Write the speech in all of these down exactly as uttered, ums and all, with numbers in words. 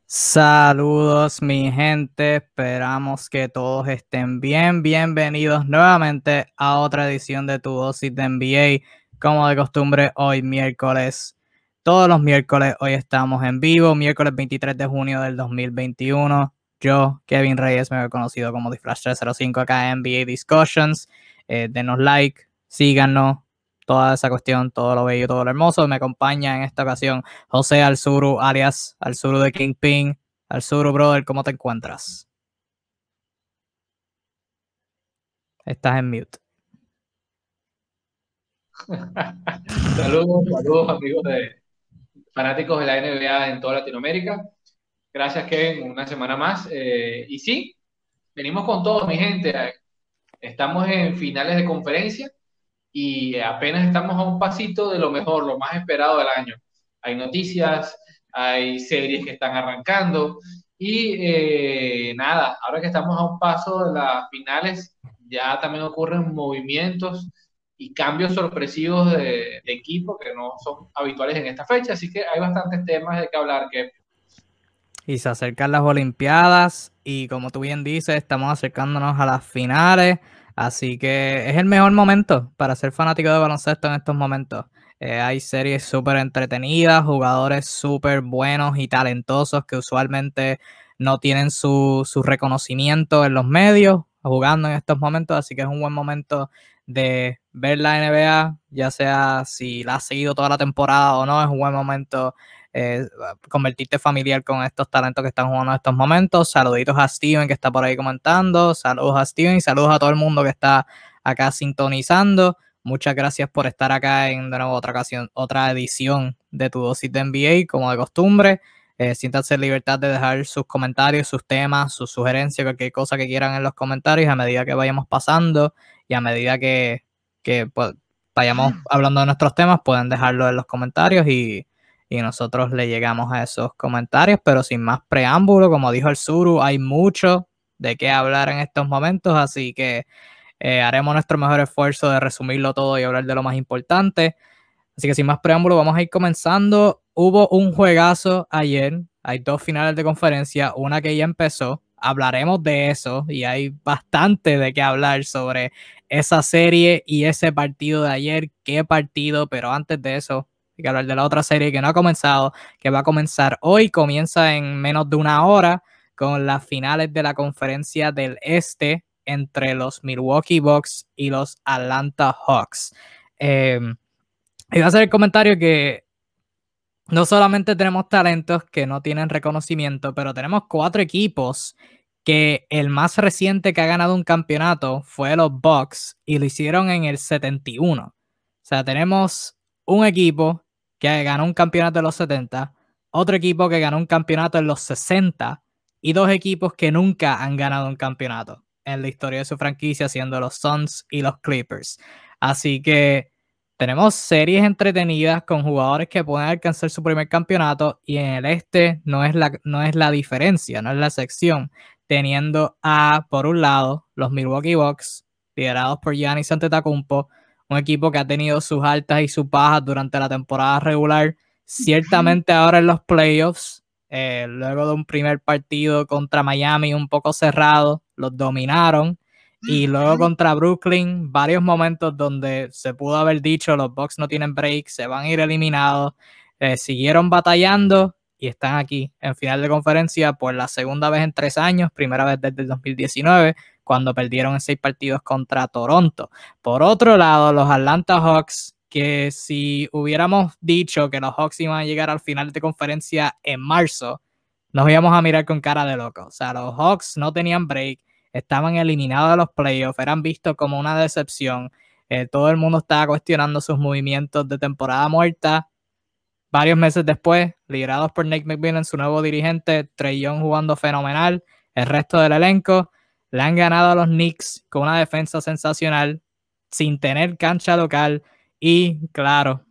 Saludos mi gente, esperamos que todos estén bien, bienvenidos nuevamente a otra edición de Tu Dosis de N B A, como de costumbre hoy miércoles, todos los miércoles hoy estamos en vivo, miércoles veintitrés de junio del dos mil veintiuno, yo, Kevin Reyes, me he conocido como Disflash tres cero cinco acá en N B A Discussions, eh, denos like, síganos, toda esa cuestión, todo lo bello, todo lo hermoso. Me acompaña en esta ocasión José Alzuru, alias Alzuru de Kingpin. Alzuru, brother, ¿cómo te encuentras? Estás en mute. Saludos, saludos amigos de fanáticos de la N B A en toda Latinoamérica. Gracias, Kevin, una semana más. Eh, y sí, venimos con todo, mi gente. Estamos en finales de conferencia y apenas estamos a un pasito de lo mejor, lo más esperado del año. Hay noticias, hay series que están arrancando y eh, nada, ahora que estamos a un paso de las finales, ya también ocurren movimientos y cambios sorpresivos de, de equipo que no son habituales en esta fecha, así que hay bastantes temas de que hablar que... Y se acercan las Olimpiadas y como tú bien dices, estamos acercándonos a las finales, así que es el mejor momento para ser fanático de baloncesto en estos momentos. Eh, hay series súper entretenidas, jugadores súper buenos y talentosos que usualmente no tienen su, su reconocimiento en los medios jugando en estos momentos, así que es un buen momento de ver la N B A, ya sea si la has seguido toda la temporada o no, es un buen momento eh, convertirte familiar con estos talentos que están jugando en estos momentos. Saluditos a Steven que está por ahí comentando, saludos a Steven y saludos a todo el mundo que está acá sintonizando. Muchas gracias por estar acá en de nuevo otra ocasión, otra edición de Tu Dosis de N B A, como de costumbre. Eh, siéntanse en libertad de dejar sus comentarios, sus temas, sus sugerencias, cualquier cosa que quieran en los comentarios a medida que vayamos pasando y a medida que, que pues, vayamos hablando de nuestros temas, pueden dejarlo en los comentarios y, y nosotros le llegamos a esos comentarios, pero sin más preámbulo, como dijo el Suru, hay mucho de qué hablar en estos momentos, así que eh, haremos nuestro mejor esfuerzo de resumirlo todo y hablar de lo más importante. Así que sin más preámbulo, vamos a ir comenzando. Hubo un juegazo ayer, hay dos finales de conferencia, una que ya empezó, hablaremos de eso y hay bastante de qué hablar sobre esa serie y ese partido de ayer, qué partido, pero antes de eso hay que hablar de la otra serie que no ha comenzado, que va a comenzar hoy, comienza en menos de una hora con las finales de la conferencia del Este entre los Milwaukee Bucks y los Atlanta Hawks. Eh, Iba a hacer el comentario que no solamente tenemos talentos que no tienen reconocimiento, pero tenemos cuatro equipos que el más reciente que ha ganado un campeonato fue los Bucks y lo hicieron en el setenta y uno. O sea, tenemos un equipo que ganó un campeonato en los setenta, otro equipo que ganó un campeonato en los sesenta y dos equipos que nunca han ganado un campeonato en la historia de su franquicia, siendo los Suns y los Clippers. Así que tenemos series entretenidas con jugadores que pueden alcanzar su primer campeonato y en el este no es la, no es la diferencia, no es la excepción, teniendo a, por un lado, los Milwaukee Bucks, liderados por Giannis Antetokounmpo, un equipo que ha tenido sus altas y sus bajas durante la temporada regular, ciertamente ahora en los playoffs, eh, luego de un primer partido contra Miami un poco cerrado, los dominaron. Y luego contra Brooklyn, varios momentos donde se pudo haber dicho los Bucks no tienen break, se van a ir eliminados, eh, siguieron batallando y están aquí en final de conferencia por la segunda vez en tres años, primera vez desde el dos mil diecinueve, cuando perdieron en seis partidos contra Toronto. Por otro lado, los Atlanta Hawks, que si hubiéramos dicho que los Hawks iban a llegar al final de conferencia en marzo, nos íbamos a mirar con cara de loco. O sea, los Hawks no tenían break, estaban eliminados de los playoffs, eran vistos como una decepción. Eh, todo el mundo estaba cuestionando sus movimientos de temporada muerta. Varios meses después, liderados por Nate McMillan, su nuevo dirigente, Trae Young jugando fenomenal, el resto del elenco, le han ganado a los Knicks con una defensa sensacional, sin tener cancha local y, claro,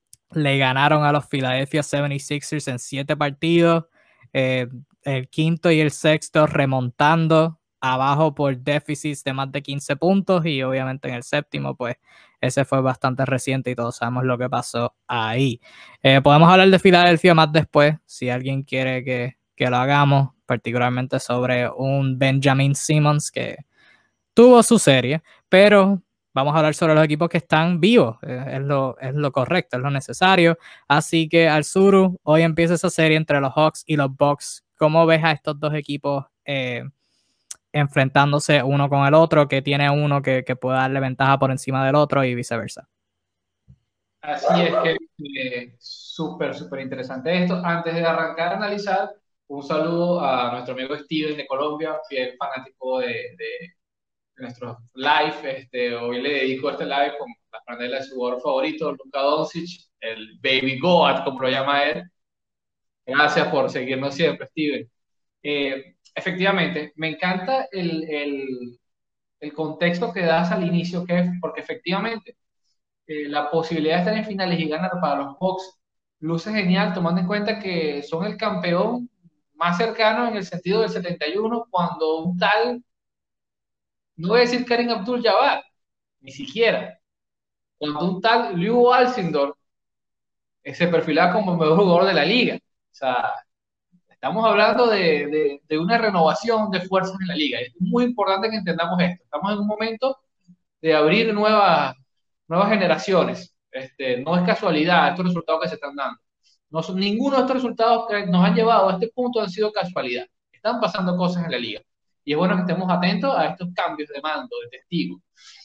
le ganaron a los Philadelphia setenta y seis ers en siete partidos, eh, el quinto y el sexto remontando abajo por déficits de más de quince puntos y obviamente en el séptimo pues ese fue bastante reciente y todos sabemos lo que pasó ahí. Eh, podemos hablar de Filadelfia más después si alguien quiere que que lo hagamos, particularmente sobre un Benjamin Simmons que tuvo su serie, pero vamos a hablar sobre los equipos que están vivos, es lo, es lo correcto, es lo necesario. Así que, Arzuru, hoy empieza esa serie entre los Hawks y los Bucks. ¿Cómo ves a estos dos equipos eh, enfrentándose uno con el otro, que tiene uno que, que pueda darle ventaja por encima del otro y viceversa? Así es que eh, súper, súper interesante esto. Antes de arrancar a analizar, un saludo a nuestro amigo Steven de Colombia, fiel fanático de, de nuestro live. Este, hoy le dedico este live con la franela de su jugador favorito, Luka Doncic, el Baby Goat, como lo llama él. Gracias por seguirnos siempre, Steven. Eh, efectivamente, me encanta el, el, el contexto que das al inicio, que es porque efectivamente eh, la posibilidad de estar en finales y ganar para los Bucks luce genial, tomando en cuenta que son el campeón más cercano en el sentido del setenta y uno, cuando un tal, no voy a decir Karim Abdul-Jabbar, ni siquiera, cuando un tal Lew Alcindor eh, se perfilaba como el mejor jugador de la liga. O sea, estamos hablando de, de, de una renovación de fuerzas en la liga. Es muy importante que entendamos esto. Estamos en un momento de abrir nuevas, nuevas generaciones. Este, no es casualidad estos resultados que se están dando. No son, ninguno de estos resultados que nos han llevado a este punto han sido casualidad. Están pasando cosas en la liga. Y es bueno que estemos atentos a estos cambios de mando, de testigo.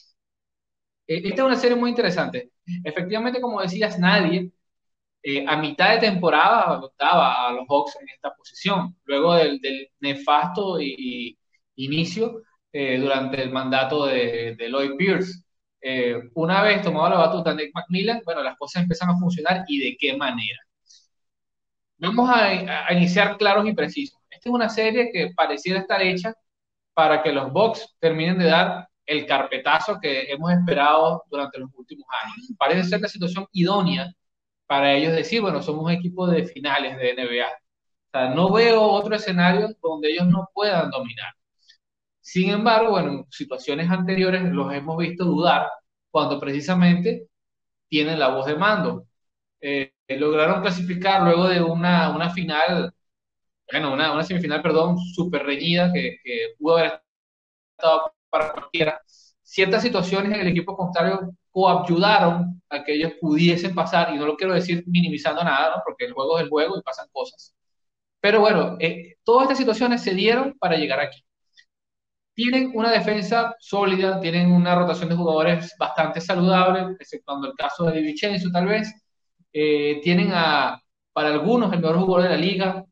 Eh, esta es una serie muy interesante. Efectivamente, como decías, nadie eh, a mitad de temporada daba a los Hawks en esta posición. Luego del, del nefasto y, y inicio eh, durante el mandato de, de Lloyd Pierce. Eh, una vez tomado la batuta Nick McMillan, bueno, las cosas empiezan a funcionar y de qué manera. Vamos a, a iniciar claros y precisos. Esta es una serie que pareciera estar hecha para que los Bucks terminen de dar el carpetazo que hemos esperado durante los últimos años. Parece ser la situación idónea para ellos decir, bueno, somos un equipo de finales de N B A. O sea, no veo otro escenario donde ellos no puedan dominar. Sin embargo, bueno, en situaciones anteriores los hemos visto dudar cuando precisamente tienen la voz de mando. Eh, lograron clasificar luego de una, una final, bueno, una, una semifinal, perdón, súper reñida que, que pudo haber estado para cualquiera. Ciertas situaciones en el equipo contrario coayudaron a que ellos pudiesen pasar, y no lo quiero decir minimizando nada, ¿no? Porque el juego es el juego y pasan cosas. Pero bueno, eh, todas estas situaciones se dieron para llegar aquí. Tienen una defensa sólida, tienen una rotación de jugadores bastante saludable, exceptuando el caso de DiVincenzo tal vez. Eh, tienen a, para algunos, el mejor jugador de la liga,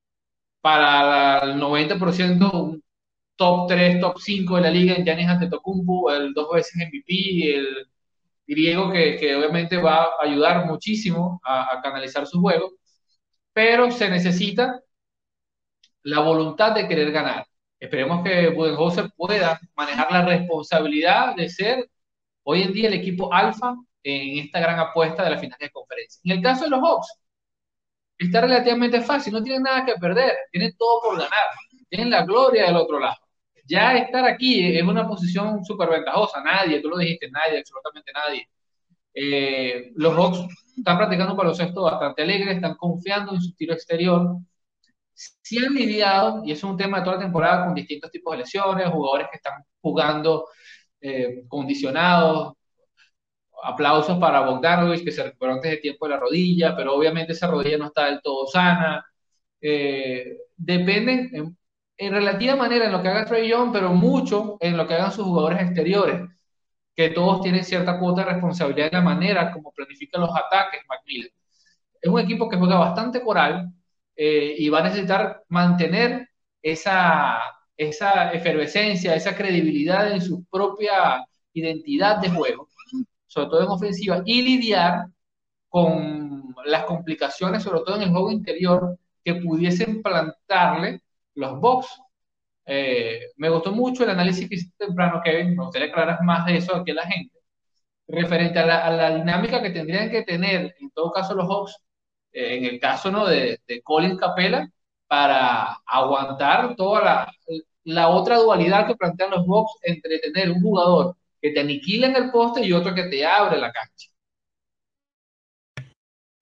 para el noventa por ciento un top tres, top cinco de la liga en Giannis Antetokounmpo, el dos veces M V P, el griego que, que obviamente va a ayudar muchísimo a, a canalizar su juego, pero se necesita la voluntad de querer ganar. Esperemos que Budenholzer pueda manejar la responsabilidad de ser hoy en día el equipo alfa en esta gran apuesta de la final de conferencia. En el caso de los Hawks, está relativamente fácil, no tienen nada que perder, tienen todo por ganar, tienen la gloria del otro lado. Ya estar aquí es una posición súper ventajosa, nadie, tú lo dijiste, nadie, absolutamente nadie. Eh, los Hawks están practicando un baloncesto bastante alegre, están confiando en su tiro exterior. Sí han lidiado, y es un tema de toda la temporada, con distintos tipos de lesiones, jugadores que están jugando eh, condicionados. Aplausos para Bogdanovic, que se recuperó antes de tiempo de la rodilla, pero obviamente esa rodilla no está del todo sana. Eh, dependen en, en, relativa manera en lo que haga Trae Young, pero mucho en lo que hagan sus jugadores exteriores, que todos tienen cierta cuota de responsabilidad en la manera como planifican los ataques McMillan. Es un equipo que juega bastante coral eh, y va a necesitar mantener esa, esa efervescencia, esa credibilidad en su propia identidad de juego, sobre todo en ofensiva, y lidiar con las complicaciones, sobre todo en el juego interior, que pudiesen plantarle los Bucks. Eh, me gustó mucho el análisis que hiciste temprano, Kevin, me gustaría aclarar más de eso aquí a la gente, referente a la, a la dinámica que tendrían que tener, en todo caso, los Hawks, eh, en el caso, ¿no?, de, de Colin Capela, para aguantar toda la, la otra dualidad que plantean los Bucks entre tener un jugador que te aniquila en el poste y otro que te abre la cancha.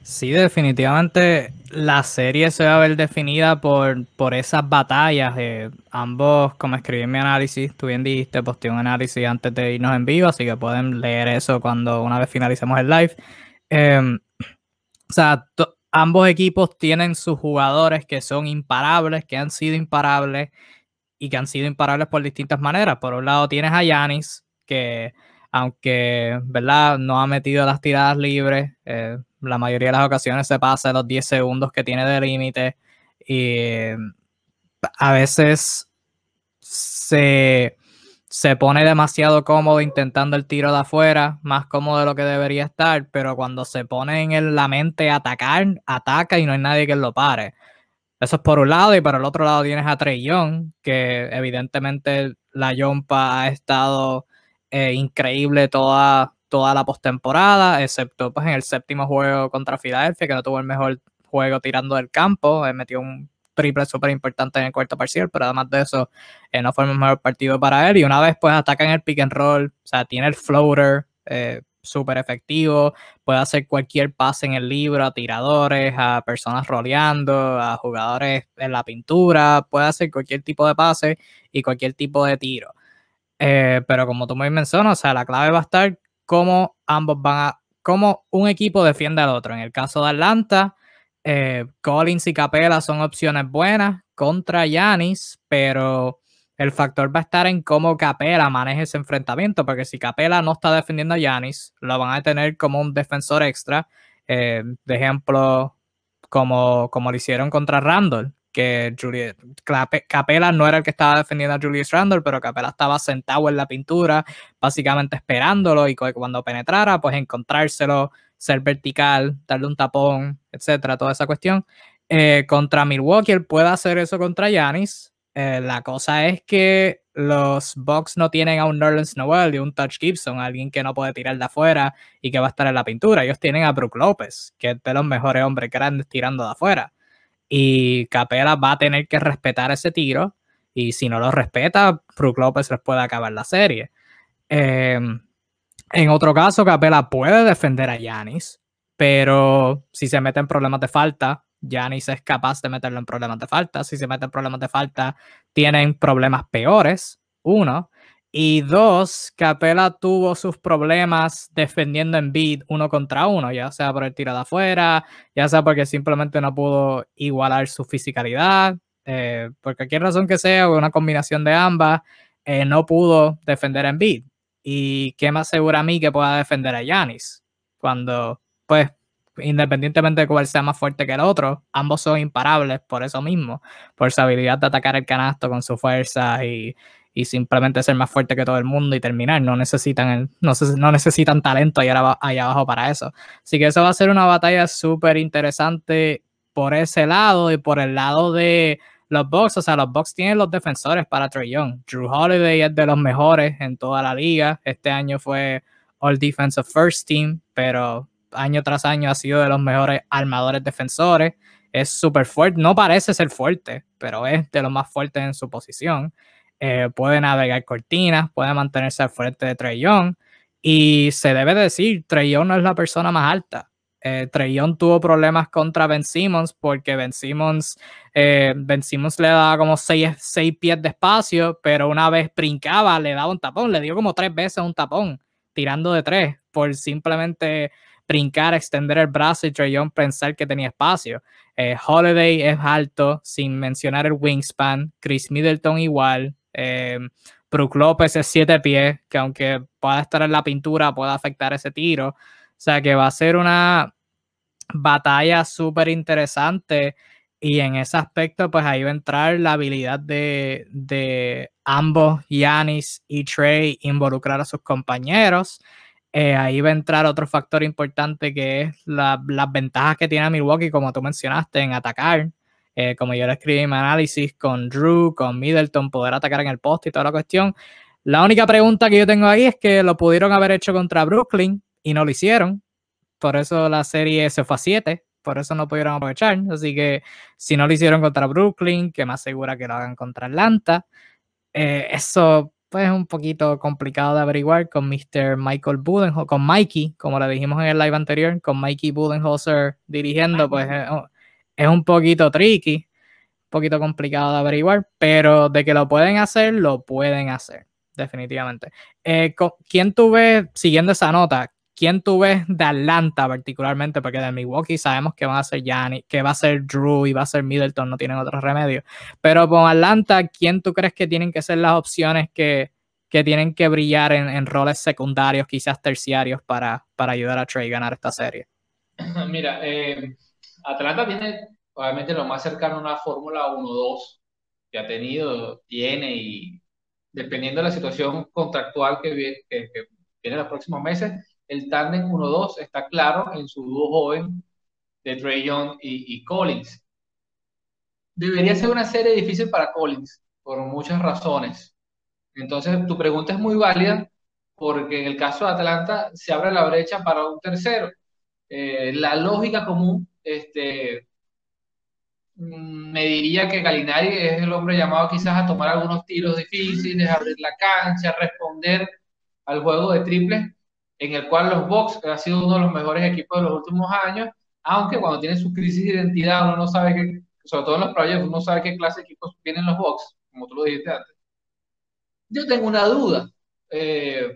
Sí, definitivamente la serie se va a ver definida por, por esas batallas. Eh, ambos, como escribí en mi análisis, tú bien dijiste, posteé un análisis antes de irnos en vivo, así que pueden leer eso cuando una vez finalicemos el live. Eh, o sea, ambos equipos tienen sus jugadores que son imparables, que han sido imparables y que han sido imparables por distintas maneras. Por un lado tienes a Giannis, que aunque, ¿verdad?, no ha metido las tiradas libres, eh, la mayoría de las ocasiones se pasa los diez segundos que tiene de límite y a veces se, se pone demasiado cómodo intentando el tiro de afuera, más cómodo de lo que debería estar, pero cuando se pone en la mente a atacar, ataca y no hay nadie que lo pare. Eso es por un lado, y por el otro lado tienes a Trae Young, que evidentemente la Yompa ha estado eh, increíble toda, toda la postemporada, excepto pues, en el séptimo juego contra Filadelfia, que no tuvo el mejor juego tirando del campo, eh, metió un triple súper importante en el cuarto parcial, pero además de eso eh, no fue el mejor partido para él, y una vez pues ataca en el pick and roll, o sea, tiene el floater, eh, súper efectivo, puede hacer cualquier pase en el libro a tiradores, a personas roleando, a jugadores en la pintura, puede hacer cualquier tipo de pase y cualquier tipo de tiro. Eh, pero como tú me mencionas, o sea, la clave va a estar cómo ambos van a, cómo un equipo defiende al otro. En el caso de Atlanta, eh, Collins y Capela son opciones buenas contra Giannis, pero el factor va a estar en cómo Capela maneja ese enfrentamiento, porque si Capela no está defendiendo a Giannis, lo van a tener como un defensor extra. Eh, de ejemplo, como, como lo hicieron contra Randall, que Julius, Capela no era el que estaba defendiendo a Julius Randle, pero Capela estaba sentado en la pintura, básicamente esperándolo y cuando penetrara, pues encontrárselo, ser vertical, darle un tapón, etcétera, toda esa cuestión. Eh, contra Milwaukee, él puede hacer eso contra Giannis. Eh, la cosa es que los Bucks no tienen a un Nerlens Noel y un Touch Gibson, alguien que no puede tirar de afuera y que va a estar en la pintura. Ellos tienen a Brook López, que es de los mejores hombres grandes tirando de afuera. Y Capela va a tener que respetar ese tiro. Y si no lo respeta, Brook López les puede acabar la serie. Eh, en otro caso, Capela puede defender a Giannis, pero si se mete en problemas de falta, Giannis es capaz de meterlo en problemas de falta. Si se mete en problemas de falta, tienen problemas peores, uno. Y dos, Capela tuvo sus problemas defendiendo en Embiid uno contra uno, ya sea por el tiro de afuera, ya sea porque simplemente no pudo igualar su fisicalidad, eh, por cualquier razón que sea, o una combinación de ambas, eh, no pudo defender a Embiid. ¿Y qué me asegura a mí que pueda defender a Giannis? Cuando, pues, independientemente de cuál sea más fuerte que el otro, ambos son imparables por eso mismo, por su habilidad de atacar el canasto con su fuerza y, y simplemente ser más fuerte que todo el mundo y terminar. No necesitan, el, no, no necesitan talento allá, allá abajo para eso. Así que eso va a ser una batalla súper interesante por ese lado y por el lado de los Bucks. O sea, los Bucks tienen los defensores para Trae Young. Jrue Holiday es de los mejores en toda la liga. Este año fue All Defensive First Team, pero año tras año ha sido de los mejores armadores defensores. Es súper fuerte. No parece ser fuerte, pero es de los más fuertes en su posición. Eh, puede navegar cortinas, puede mantenerse al frente de Trae Young. Y se debe decir, Trae Young no es la persona más alta. Eh, Trae Young tuvo problemas contra Ben Simmons porque Ben Simmons, eh, Ben Simmons le daba como seis, seis pies de espacio, pero una vez brincaba, le daba un tapón, le dio como tres veces un tapón, tirando de tres, por simplemente brincar, extender el brazo y Trae Young pensar que tenía espacio. Eh, Holiday es alto, sin mencionar el wingspan, Chris Middleton igual, eh, Brook López es siete pies, que aunque pueda estar en la pintura, puede afectar ese tiro. O sea que va a ser una batalla súper interesante y en ese aspecto pues ahí va a entrar la habilidad de, de ambos, Giannis y Trae, involucrar a sus compañeros. Eh, ahí va a entrar otro factor importante que es la, las ventajas que tiene Milwaukee, como tú mencionaste, en atacar. Eh, como yo lo escribí en mi análisis, con Jrue, con Middleton, poder atacar en el poste y toda la cuestión. La única pregunta que yo tengo ahí es que lo pudieron haber hecho contra Brooklyn y no lo hicieron. Por eso la serie se fue a siete, por eso no pudieron aprovechar. Así que si no lo hicieron contra Brooklyn, que me asegura que lo hagan contra Atlanta. Eh, eso pues es un poquito complicado de averiguar con mister Michael Budenholzer, con Mikey, como le dijimos en el live anterior, con Mikey Budenholzer dirigiendo, pues es, es un poquito tricky, un poquito complicado de averiguar, pero de que lo pueden hacer, lo pueden hacer, definitivamente. Eh, ¿Quién tú ves, siguiendo esa nota, quién tú ves de Atlanta particularmente? Porque de Milwaukee sabemos que van a ser Giannis, que va a ser Drew y va a ser Middleton, no tienen otro remedio. Pero con Atlanta, ¿quién tú crees que tienen que ser las opciones que, que tienen que brillar en, en roles secundarios, quizás terciarios, para, para ayudar a Trae a ganar esta serie? Mira, eh, Atlanta tiene obviamente lo más cercano a una Fórmula uno dos que ha tenido, tiene, y dependiendo de la situación contractual que, viene, que, que viene en los próximos meses, el tándem uno dos está claro en su dúo joven de Trae Young y, y Collins. Debería ser una serie difícil para Collins, por muchas razones. Entonces, tu pregunta es muy válida porque en el caso de Atlanta se abre la brecha para un tercero. Eh, la lógica común este, me diría que Gallinari es el hombre llamado quizás a tomar algunos tiros difíciles, abrir la cancha, responder al juego de triples, en el cual los Bucks ha sido uno de los mejores equipos de los últimos años, aunque cuando tienen su crisis de identidad uno no sabe qué, sobre todo en los playoffs, uno no sabe qué clase de equipos vienen los Bucks, como tú lo dijiste antes. Yo tengo una duda. Eh,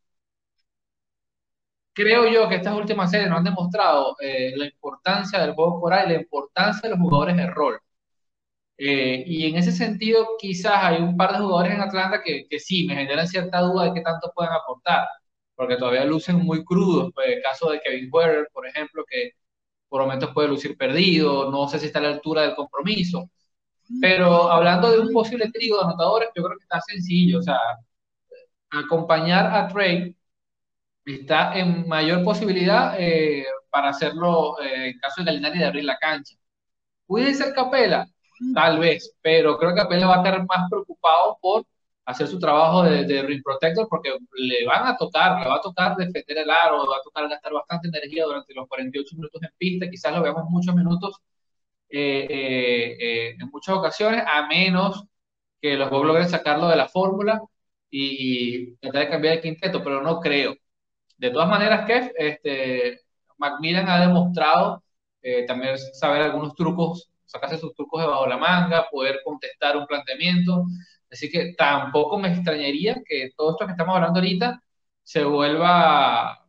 creo yo que estas últimas series nos han demostrado eh, la importancia del juego por ahí, la importancia de los jugadores de rol. Eh, y en ese sentido, quizás hay un par de jugadores en Atlanta que, que sí me generan cierta duda de qué tanto pueden aportar, porque todavía lucen muy crudos. Pues, el caso de Kevin Huerter, por ejemplo, que por momentos puede lucir perdido, no sé si está a la altura del compromiso. Pero hablando de un posible trío de anotadores, yo creo que está sencillo. O sea, acompañar a Trey está en mayor posibilidad eh, para hacerlo eh, en caso de Gallinari de abrir la cancha. ¿Puede ser Capela? Tal vez, pero creo que Capela va a estar más preocupado por hacer su trabajo de, de ring protector porque le van a tocar, le va a tocar defender el aro, le va a tocar gastar bastante energía durante los cuarenta y ocho minutos en pista, quizás lo veamos muchos minutos eh, eh, eh, en muchas ocasiones, a menos que los Bucks logren sacarlo de la fórmula y, y tratar de cambiar el quinteto, pero no creo. De todas maneras, Kev, este, Macmillan ha demostrado eh, también saber algunos trucos, sacarse sus trucos debajo de la manga, poder contestar un planteamiento. Así que tampoco me extrañaría que todo esto que estamos hablando ahorita se vuelva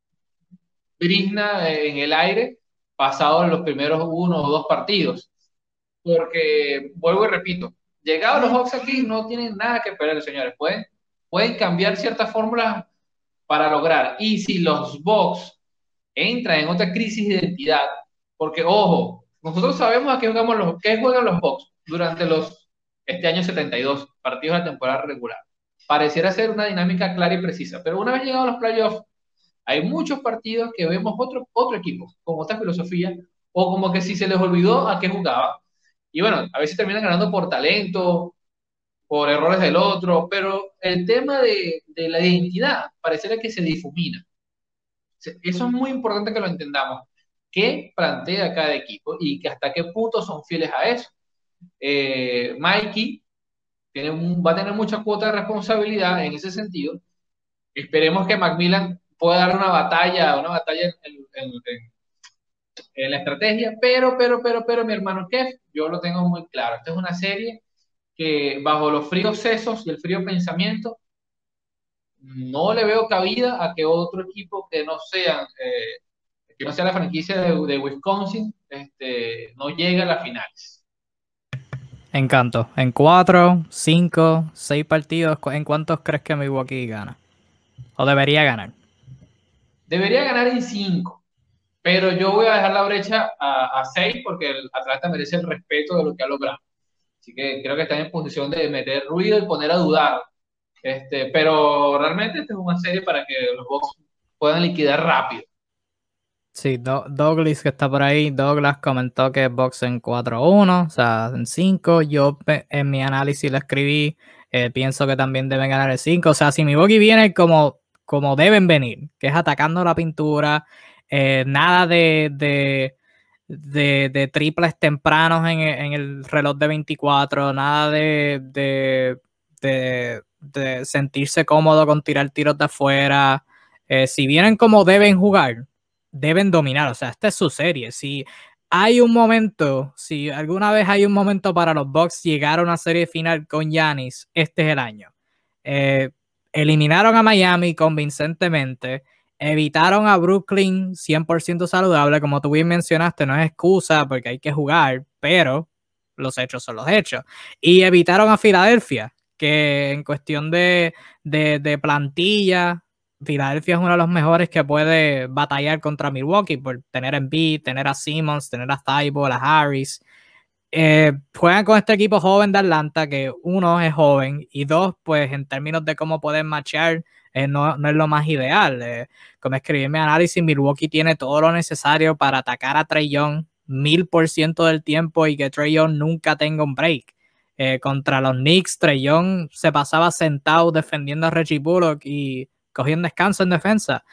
brizna en el aire pasado los primeros uno o dos partidos. Porque, vuelvo y repito, llegados los Hawks aquí no tienen nada que perder, señores. Pueden, pueden cambiar ciertas fórmulas para lograr. Y si los Bucks entran en otra crisis de identidad, porque ojo, nosotros sabemos a qué jugamos los, qué juegan los Bucks durante los este año setenta y dos partidos de la temporada regular. Pareciera ser una dinámica clara y precisa, pero una vez llegados a los playoffs, hay muchos partidos que vemos otro, otro equipo con otra filosofía o como que si se les olvidó a qué jugaba. Y bueno, a veces terminan ganando por talento, por errores del otro, pero el tema de, de la identidad pareciera que se difumina. Eso es muy importante que lo entendamos. ¿Qué plantea cada equipo y que hasta qué punto son fieles a eso? Eh, Mikey tiene un, va a tener mucha cuota de responsabilidad en ese sentido. Esperemos que Macmillan pueda dar una batalla, una batalla en, en, en, en la estrategia, pero, pero, pero, pero, mi hermano Kev, yo lo tengo muy claro. Esta es una serie que bajo los fríos sesos y el frío pensamiento no le veo cabida a que otro equipo que no sean eh, que no sea la franquicia de, de Wisconsin este, no llegue a las finales. Encanto. En cuatro, cinco, seis partidos, ¿en cuántos crees que Milwaukee gana? ¿O debería ganar? Debería ganar en cinco, pero yo voy a dejar la brecha a, a seis porque el Atlanta merece el respeto de lo que ha logrado. Así que creo que está en posición de meter ruido y poner a dudar. Este, pero realmente esta es una serie para que los Bucks puedan liquidar rápido. Sí, Do Douglas que está por ahí, Douglas comentó que Bucks en cuatro uno, o sea, en cinco. Yo en mi análisis lo escribí, eh, pienso que también deben ganar el cinco. O sea, si Milwaukee viene como, como deben venir, que es atacando la pintura, eh, nada de, de, de, de triples tempranos en el, en el reloj de veinticuatro, nada de, de, de, de sentirse cómodo con tirar tiros de afuera. Eh, si vienen como deben jugar, deben dominar. O sea, esta es su serie. Si hay un momento, si alguna vez hay un momento para los Bucks llegar a una serie final con Giannis, este es el año. Eh, eliminaron a Miami convincentemente, evitaron a Brooklyn cien por ciento saludable, como tú bien mencionaste, no es excusa porque hay que jugar, pero los hechos son los hechos. Y evitaron a Filadelfia, que en cuestión de, de, de plantilla, Filadelfia es uno de los mejores que puede batallar contra Milwaukee por tener a Embiid, tener a Simmons, tener a Thibault, a Harris. Eh, juegan con este equipo joven de Atlanta, que uno es joven y dos, pues en términos de cómo pueden matchear, eh, no, no es lo más ideal. Eh, como escribí en mi análisis, Milwaukee tiene todo lo necesario para atacar a Trae Young mil por ciento del tiempo y que Trae Young nunca tenga un break. Eh, contra los Knicks, Trae Young se pasaba sentado defendiendo a Reggie Bullock y cogió un descanso en defensa.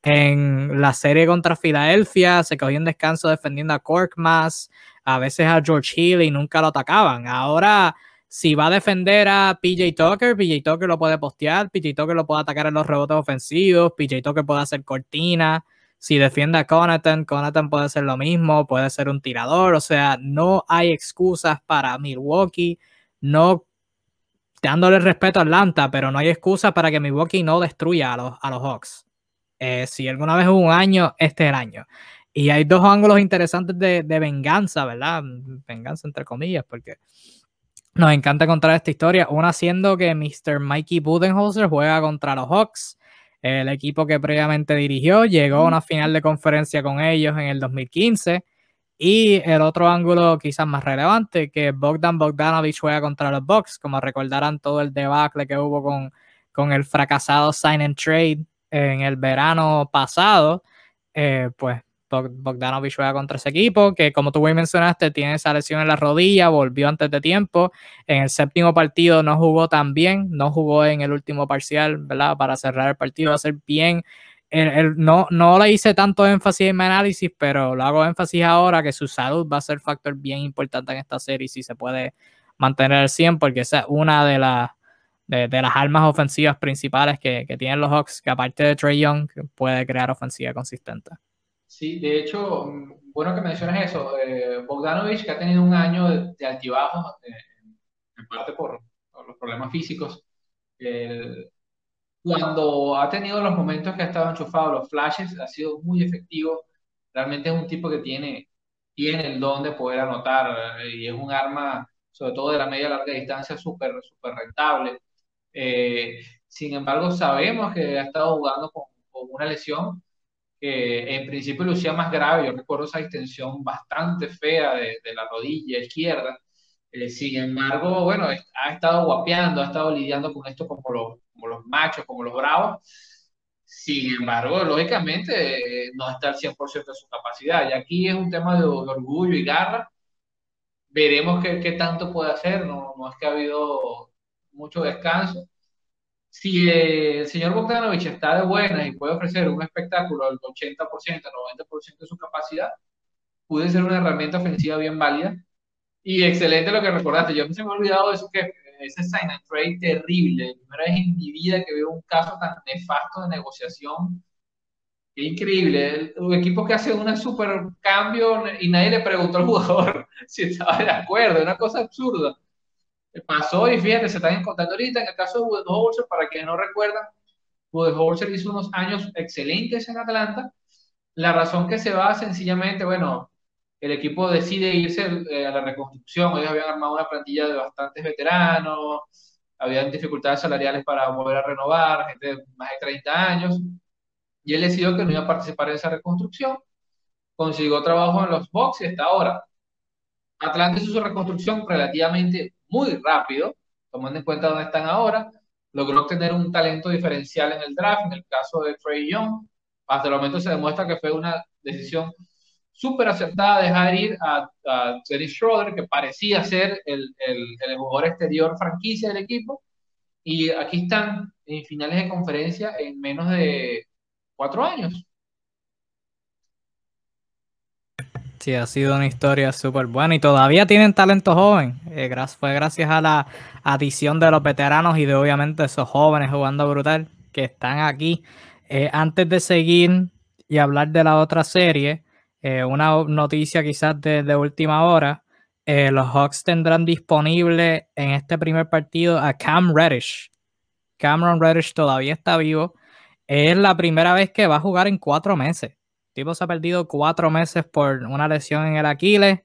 En la serie contra Filadelfia se cogió un descanso defendiendo a Korkmaz, a veces a George Hill y nunca lo atacaban. Ahora, si va a defender a P J Tucker, P J Tucker lo puede postear, P J Tucker lo puede atacar en los rebotes ofensivos, P J Tucker puede hacer cortina. Si defiende a Connaughton, Connaughton puede hacer lo mismo, puede ser un tirador. O sea, no hay excusas para Milwaukee, no dándole respeto a Atlanta, pero no hay excusas para que Milwaukee no destruya a los, a los Hawks. Eh, si alguna vez hubo un año, este es el año. Y hay dos ángulos interesantes de, de venganza, ¿verdad? Venganza entre comillas, porque nos encanta contar esta historia. Una siendo que mister Mikey Budenholzer juega contra los Hawks, el equipo que previamente dirigió, llegó a una final de conferencia con ellos en el dos mil quince. Y el otro ángulo quizás más relevante, que Bogdan Bogdanovic juega contra los Bucks, como recordarán todo el debacle que hubo con, con el fracasado sign and trade en el verano pasado. Eh, pues Bogdanovic juega contra ese equipo, que como tú bien mencionaste, tiene esa lesión en la rodilla, volvió antes de tiempo. En el séptimo partido no jugó tan bien, no jugó en el último parcial, ¿verdad? Para cerrar el partido, va a ser bien. El, el, no, no le hice tanto énfasis en mi análisis, pero lo hago énfasis ahora que su salud va a ser factor bien importante en esta serie si se puede mantener al cien, porque esa es una de las de, de las armas ofensivas principales que, que tienen los Hawks, que aparte de Trae Young puede crear ofensiva consistente. Sí, de hecho, bueno que mencionas eso. Eh, Bogdanovic, que ha tenido un año de, de altibajos, eh, en parte por, por, los problemas físicos. Eh, cuando ha tenido los momentos que ha estado enchufado, los flashes, ha sido muy efectivo. Realmente es un tipo que tiene, tiene el don de poder anotar eh, y es un arma, sobre todo de la media larga distancia, súper súper rentable. Eh, Sin embargo, sabemos que ha estado jugando con, con una lesión que en principio lucía más grave. Yo recuerdo esa extensión bastante fea de, de la rodilla izquierda. Eh, sin embargo, bueno, ha estado guapeando, ha estado lidiando con esto como los, como los machos, como los bravos. Sin embargo, lógicamente, eh, no está al cien por ciento de su capacidad. Y aquí es un tema de, de orgullo y garra. Veremos qué, qué tanto puede hacer. No, no es que ha habido mucho descanso. Si el señor Bogdanovich está de buena y puede ofrecer un espectáculo al ochenta por ciento, noventa por ciento de su capacidad, puede ser una herramienta ofensiva bien válida. Y excelente lo que recordaste. Yo no se me ha olvidado de eso, que ese sign and trade terrible. Primera vez en mi vida que veo un caso tan nefasto de negociación. Qué increíble. Un equipo que hace un super cambio y nadie le preguntó al jugador si estaba de acuerdo. Es una cosa absurda. Pasó y fíjate, se están encontrando ahorita. En el caso de Budenholzer, para quienes no recuerdan, Budenholzer hizo unos años excelentes en Atlanta. La razón que se va sencillamente, bueno, el equipo decide irse eh, a la reconstrucción. Ellos habían armado una plantilla de bastantes veteranos, habían dificultades salariales para volver a renovar, gente de más de treinta años, y él decidió que no iba a participar en esa reconstrucción. Consiguió trabajo en los Bucks y hasta ahora. Atlanta hizo su reconstrucción relativamente muy rápido, tomando en cuenta dónde están ahora. Logró tener un talento diferencial en el draft, en el caso de Trae Young. Hasta el momento se demuestra que fue una decisión súper acertada dejar ir a, a Dennis Schroeder, que parecía ser el, el, el jugador exterior franquicia del equipo. Y aquí están en finales de conferencia en menos de cuatro años. Sí, ha sido una historia súper buena y todavía tienen talento joven. Eh, gra- fue gracias a la adición de los veteranos y de obviamente esos jóvenes jugando brutal que están aquí. Eh, antes de seguir y hablar de la otra serie, eh, una o- noticia quizás de, de última hora, eh, los Hawks tendrán disponible en este primer partido a Cam Reddish. Cameron Reddish todavía está vivo. Es la primera vez que va a jugar en cuatro meses. El tipo se ha perdido cuatro meses por una lesión en el Aquiles.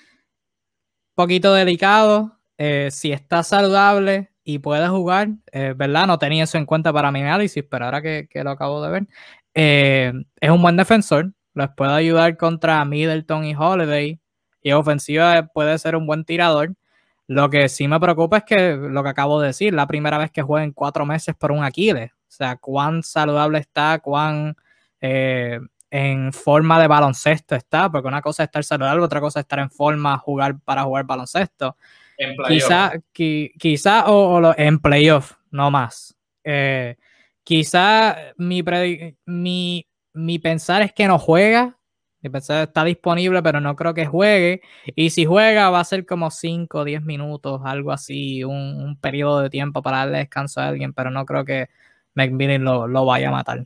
Poquito delicado. Eh, si está saludable y puede jugar, eh, ¿verdad? No tenía eso en cuenta para mi análisis, pero ahora que, que lo acabo de ver, eh, es un buen defensor. Les puede ayudar contra Middleton y Holiday. Y ofensiva puede ser un buen tirador. Lo que sí me preocupa es que lo que acabo de decir, la primera vez que juega en cuatro meses por un Aquiles. O sea, cuán saludable está, cuán eh, en forma de baloncesto está, porque una cosa es estar saludable, otra cosa es estar en forma jugar para jugar baloncesto. En playoff. Quizá, qui, quizá o, o lo, en playoff, no más. Eh, quizá mi, predi- mi, mi pensar es que no juega. Mi pensar está disponible, pero no creo que juegue. Y si juega, va a ser como cinco o diez minutos, algo así, un, un periodo de tiempo para darle descanso a alguien, pero no creo que McMillan lo, lo vaya a matar.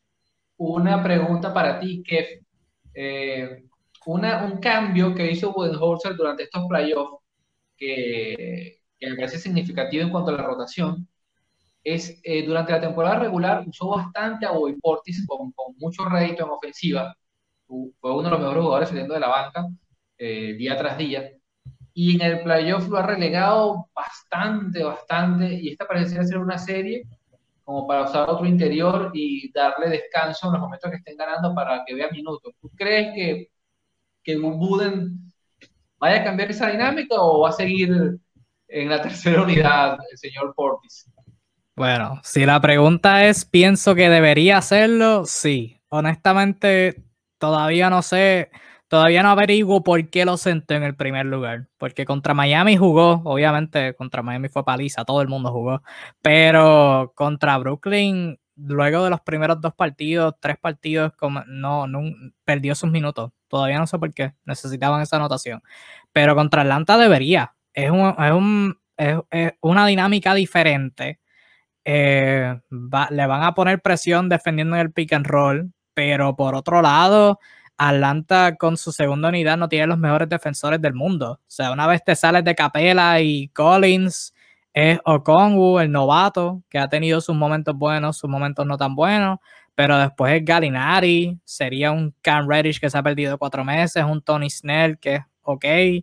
Una pregunta para ti, Kev. Eh, una, un cambio que hizo Budenholzer durante estos playoffs que, que me parece significativo en cuanto a la rotación es eh, durante la temporada regular usó bastante a Bobby Portis con, con mucho rédito en ofensiva. Fue uno de los mejores jugadores saliendo de la banca eh, día tras día. Y en el playoff lo ha relegado bastante, bastante. Y esta parece ser una serie como para usar otro interior y darle descanso en los momentos que estén ganando para que vea minutos. ¿Tú crees que, que Buden vaya a cambiar esa dinámica o va a seguir en la tercera unidad el señor Portis? Bueno, si la pregunta es, ¿pienso que debería hacerlo? Sí. Honestamente, todavía no sé, todavía no averiguo por qué lo senté en el primer lugar. Porque contra Miami jugó, obviamente contra Miami fue paliza, todo el mundo jugó. Pero contra Brooklyn, luego de los primeros dos partidos, tres partidos, como, no, no, perdió sus minutos. Todavía no sé por qué, necesitaban esa anotación. Pero contra Atlanta debería. Es, un, es, un, es, es una dinámica diferente. Eh, va, le van a poner presión defendiendo en el pick and roll, pero por otro lado, Atlanta con su segunda unidad no tiene los mejores defensores del mundo. O sea, una vez te sales de Capela y Collins, es Okongwu, el novato, que ha tenido sus momentos buenos, sus momentos no tan buenos, pero después es Gallinari, sería un Cam Reddish que se ha perdido cuatro meses, un Tony Snell que es ok,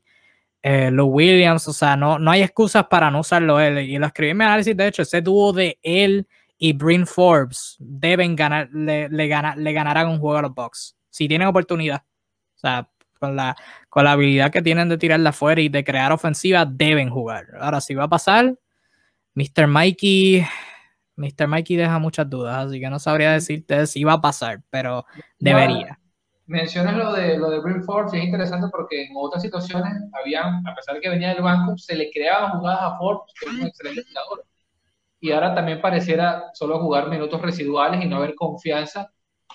eh, Lou Williams, o sea, no, no hay excusas para no usarlo él. Y lo escribí en mi análisis, de hecho, ese dúo de él y Bryn Forbes deben ganar, le, le, gana, le ganarán un juego a los Bucks, si tienen oportunidad. O sea, con la, con la habilidad que tienen de tirarla afuera y de crear ofensiva, deben jugar. Ahora, si va a pasar, mister Mikey, mister Mikey deja muchas dudas, así que no sabría decirte si va a pasar, pero No, debería. mencionas lo de, lo de Bryn Forbes y es interesante porque en otras situaciones, habían, a pesar de que venía del banco, se le creaban jugadas a Forbes, que es un excelente tirador. Y ahora también pareciera solo jugar minutos residuales y no haber confianza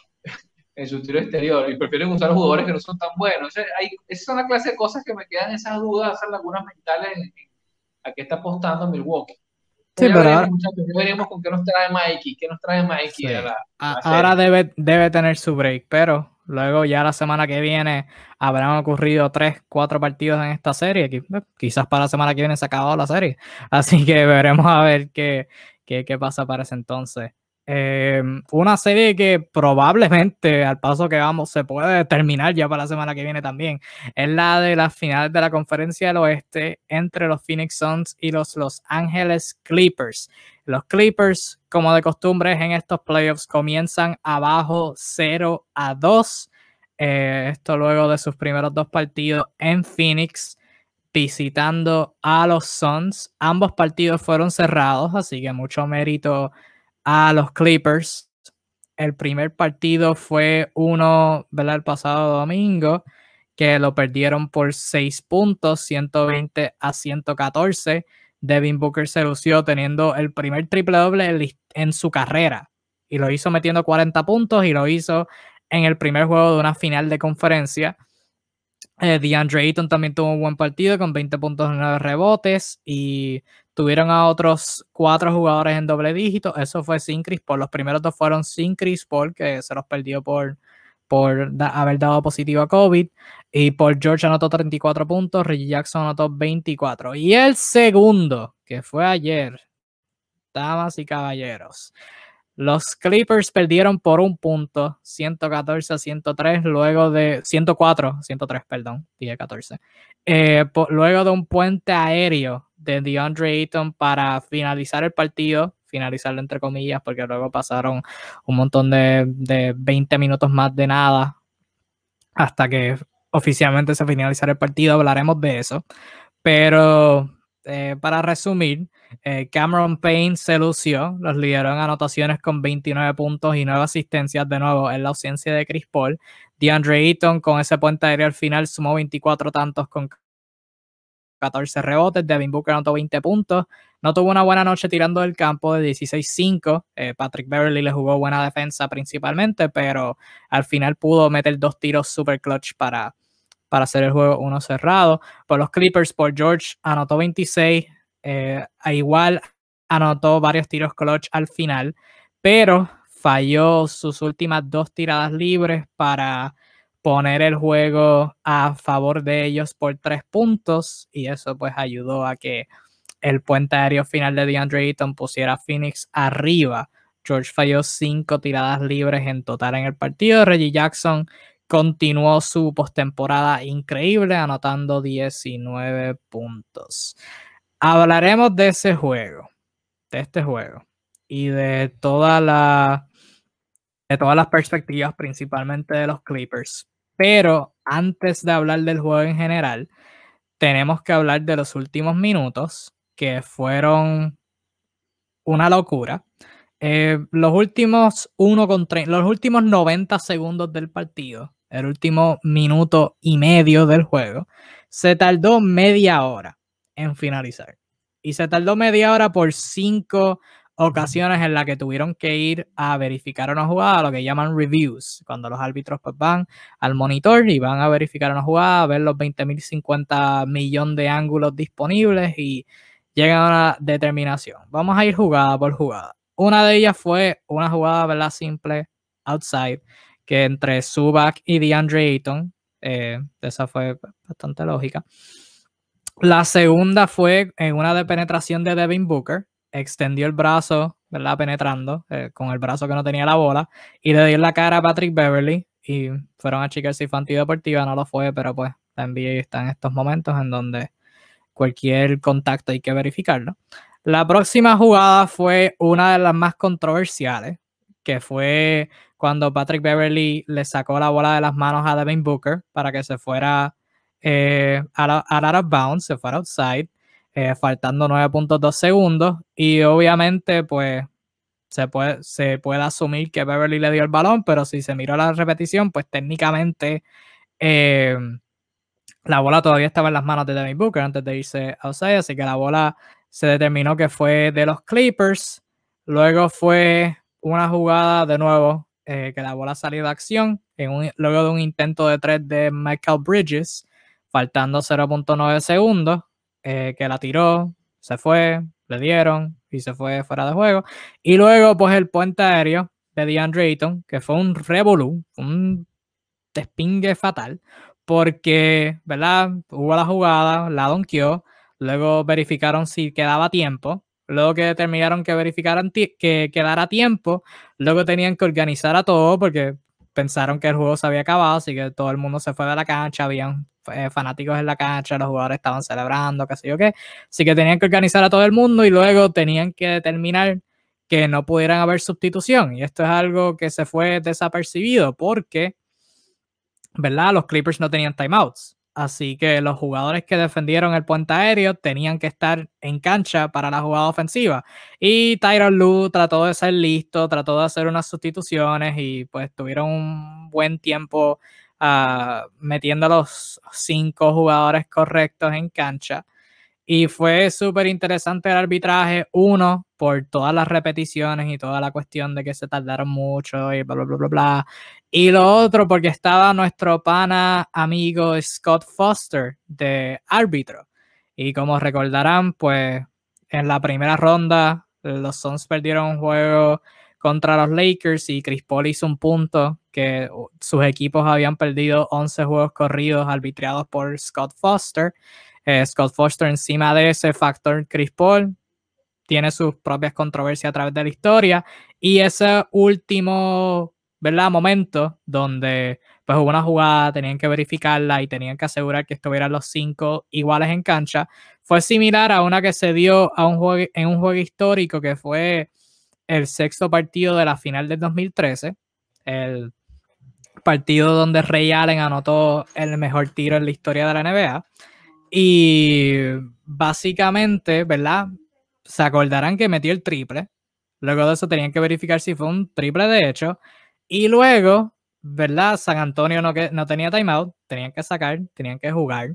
en su tiro exterior. Y prefieren usar jugadores que no son tan buenos. O sea, hay, esas son la clase de cosas que me quedan esas dudas, esas lagunas mentales en, en a qué está apostando Milwaukee. Pero Sí, ya pero veremos, ahora, muchachos, ya veremos con qué nos trae Mikey, qué nos trae Mikey a sí. la, a A- la ahora serie. debe, debe tener su break, pero luego ya la semana que viene habrán ocurrido tres, cuatro partidos en esta serie. qui- eh, Quizás para la semana que viene se ha acabado la serie. Así que veremos a ver qué, qué, qué pasa para ese entonces. Eh, una serie que probablemente al paso que vamos se puede terminar ya para la semana que viene también. Es la de las finales de la Conferencia del Oeste entre los Phoenix Suns y los Los Angeles Clippers. Los Clippers, como de costumbre en estos playoffs, comienzan abajo cero a dos. Eh, esto luego de sus primeros dos partidos en Phoenix, visitando a los Suns. Ambos partidos fueron cerrados, así que mucho mérito a los Clippers. El primer partido fue uno, ¿verdad? El pasado domingo, que lo perdieron por seis puntos, ciento veinte a ciento catorce. Devin Booker se lució teniendo el primer triple doble en su carrera y lo hizo metiendo cuarenta puntos y lo hizo en el primer juego de una final de conferencia. Eh, DeAndre Ayton también tuvo un buen partido con veinte puntos y nueve rebotes y tuvieron a otros cuatro jugadores en doble dígito. Eso fue sin Chris Paul. Los primeros dos fueron sin Chris Paul, que se los perdió por, por da, haber dado positivo a COVID. Y Paul George anotó treinta y cuatro puntos, Reggie Jackson anotó veinticuatro. Y el segundo, que fue ayer, damas y caballeros, los Clippers perdieron por un punto, ciento catorce a ciento tres, luego de ciento cuatro, ciento tres, perdón, dije catorce. Eh, por, luego de un puente aéreo de DeAndre Ayton para finalizar el partido, finalizarlo entre comillas, porque luego pasaron un montón de, de veinte minutos más de nada hasta que oficialmente se finalizara el partido. Hablaremos de eso. Pero eh, para resumir, eh, Cameron Payne se lució, los lideró en anotaciones con veintinueve puntos y nueve asistencias, de nuevo en la ausencia de Chris Paul. DeAndre Ayton con ese puente aéreo al final sumó veinticuatro tantos con catorce rebotes. Devin Booker anotó veinte puntos. No tuvo una buena noche tirando del campo de dieciséis cinco. Eh, Patrick Beverley le jugó buena defensa principalmente, pero al final pudo meter dos tiros super clutch para, para hacer el juego uno cerrado. Por los Clippers, Paul George anotó veintiséis. Eh, igual anotó varios tiros clutch al final, pero falló sus últimas dos tiradas libres para poner el juego a favor de ellos por tres puntos y eso pues ayudó a que el puente aéreo final de DeAndre Ayton pusiera a Phoenix arriba. George falló cinco tiradas libres en total en el partido. Reggie Jackson continuó su postemporada increíble anotando diecinueve puntos. Hablaremos de ese juego, de este juego y de toda la de todas las perspectivas, principalmente de los Clippers. Pero antes de hablar del juego en general, tenemos que hablar de los últimos minutos, que fueron una locura. Eh, los últimos uno con los últimos noventa segundos del partido, el último minuto y medio del juego, se tardó media hora en finalizar. Y se tardó media hora por cinco ocasiones en las que tuvieron que ir a verificar una jugada, lo que llaman reviews, cuando los árbitros pues, van al monitor y van a verificar una jugada, a ver los veinte mil cincuenta millones de ángulos disponibles y llegan a una determinación. Vamos a ir jugada por jugada. Una de ellas fue una jugada, ¿verdad? Simple, outside, que entre Zubac y DeAndre Ayton, eh, esa fue bastante lógica. La segunda fue en una de penetración de Devin Booker, extendió el brazo, ¿verdad? Penetrando, eh, con el brazo que no tenía la bola, y le dio en la cara a Patrick Beverley, y fueron a chequear si fue antideportiva, no lo fue, pero pues la N B A está en estos momentos en donde cualquier contacto hay que verificarlo. La próxima jugada fue una de las más controversiales, que fue cuando Patrick Beverley le sacó la bola de las manos a Devin Booker para que se fuera eh, out, out of bounds, se fuera outside, eh, faltando nueve punto dos segundos. Y obviamente, pues, se puede, se puede asumir que Beverley le dio el balón, pero si se miró la repetición, pues técnicamente eh, la bola todavía estaba en las manos de Devin Booker antes de irse outside, así que la bola se determinó que fue de los Clippers. Luego fue una jugada de nuevo eh, que la bola salió de acción en un, luego de un intento de tres de Michael Bridges, faltando cero punto nueve segundos, eh, que la tiró, se fue, le dieron y se fue fuera de juego. Y luego pues el puente aéreo de DeAndre Ayton, que fue un revolú, un despingue fatal, porque, ¿verdad? Hubo la jugada, la donkeó, luego verificaron si quedaba tiempo, luego que determinaron que verificaran que quedara tiempo, luego tenían que organizar a todo porque pensaron que el juego se había acabado, así que todo el mundo se fue de la cancha, habían eh, fanáticos en la cancha, los jugadores estaban celebrando, qué sé yo qué, así que tenían que organizar a todo el mundo y luego tenían que determinar que no pudieran haber sustitución, y esto es algo que se fue desapercibido porque, ¿verdad? Los Clippers no tenían timeouts. Así que los jugadores que defendieron el puente aéreo tenían que estar en cancha para la jugada ofensiva. Y Tyronn Lue trató de ser listo, trató de hacer unas sustituciones y pues tuvieron un buen tiempo uh, metiendo a los cinco jugadores correctos en cancha. Y fue súper interesante el arbitraje. Uno, por todas las repeticiones y toda la cuestión de que se tardaron mucho y bla, bla, bla, bla, bla. Y lo otro porque estaba nuestro pana amigo Scott Foster de árbitro. Y como recordarán, pues en la primera ronda los Suns perdieron un juego contra los Lakers y Chris Paul hizo un punto que sus equipos habían perdido once juegos corridos arbitrados por Scott Foster. Eh, Scott Foster, encima de ese factor, Chris Paul tiene sus propias controversias a través de la historia, y ese último, ¿verdad?, momento donde pues hubo una jugada, tenían que verificarla y tenían que asegurar que estuvieran los cinco iguales en cancha, fue similar a una que se dio a un juego, en un juego histórico que fue el sexto partido de la final del dos mil trece, el partido donde Ray Allen anotó el mejor tiro en la historia de la N B A. Y básicamente, ¿verdad? Se acordarán que metió el triple. Luego de eso tenían que verificar si fue un triple de hecho. Y luego, ¿verdad? San Antonio no, que, no tenía timeout. Tenían que sacar, tenían que jugar.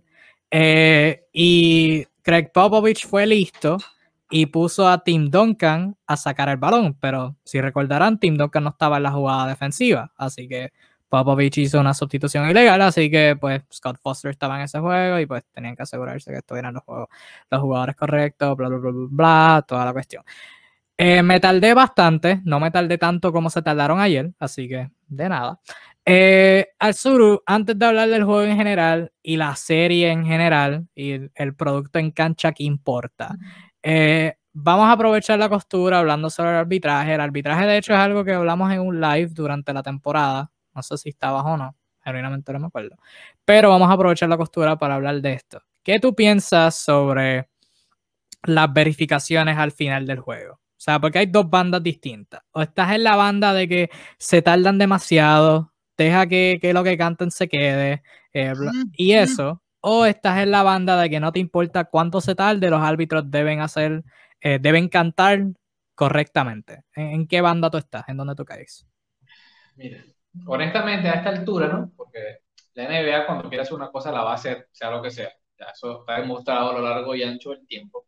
Eh, y Craig Popovich fue listo y puso a Tim Duncan a sacar el balón. Pero si recordarán, Tim Duncan no estaba en la jugada defensiva. Así que Popovich hizo una sustitución ilegal, así que pues Scott Foster estaba en ese juego y pues tenían que asegurarse que estuvieran los, juegos, los jugadores correctos, bla, bla, bla, bla, bla, toda la cuestión. Eh, me tardé bastante, no me tardé tanto como se tardaron ayer, así que de nada. Eh, Arzuru, antes de hablar del juego en general y la serie en general y el, el producto en cancha que importa, eh, vamos a aprovechar la costura hablando sobre el arbitraje. El arbitraje de hecho es algo que hablamos en un live durante la temporada. No sé si estabas o no, genuinamente no me acuerdo. Pero vamos a aprovechar la costura para hablar de esto. ¿Qué tú piensas sobre las verificaciones al final del juego? O sea, porque hay dos bandas distintas. O estás en la banda de que se tardan demasiado, deja que, que lo que canten se quede, eh, y eso. O estás en la banda de que no te importa cuánto se tarde, los árbitros deben hacer, eh, deben cantar correctamente. ¿En, ¿En qué banda tú estás? ¿En dónde tú caes? Mira, honestamente a esta altura, ¿no? Porque la N B A cuando quiere hacer una cosa la va a hacer, sea lo que sea. Ya eso está demostrado a lo largo y ancho del tiempo.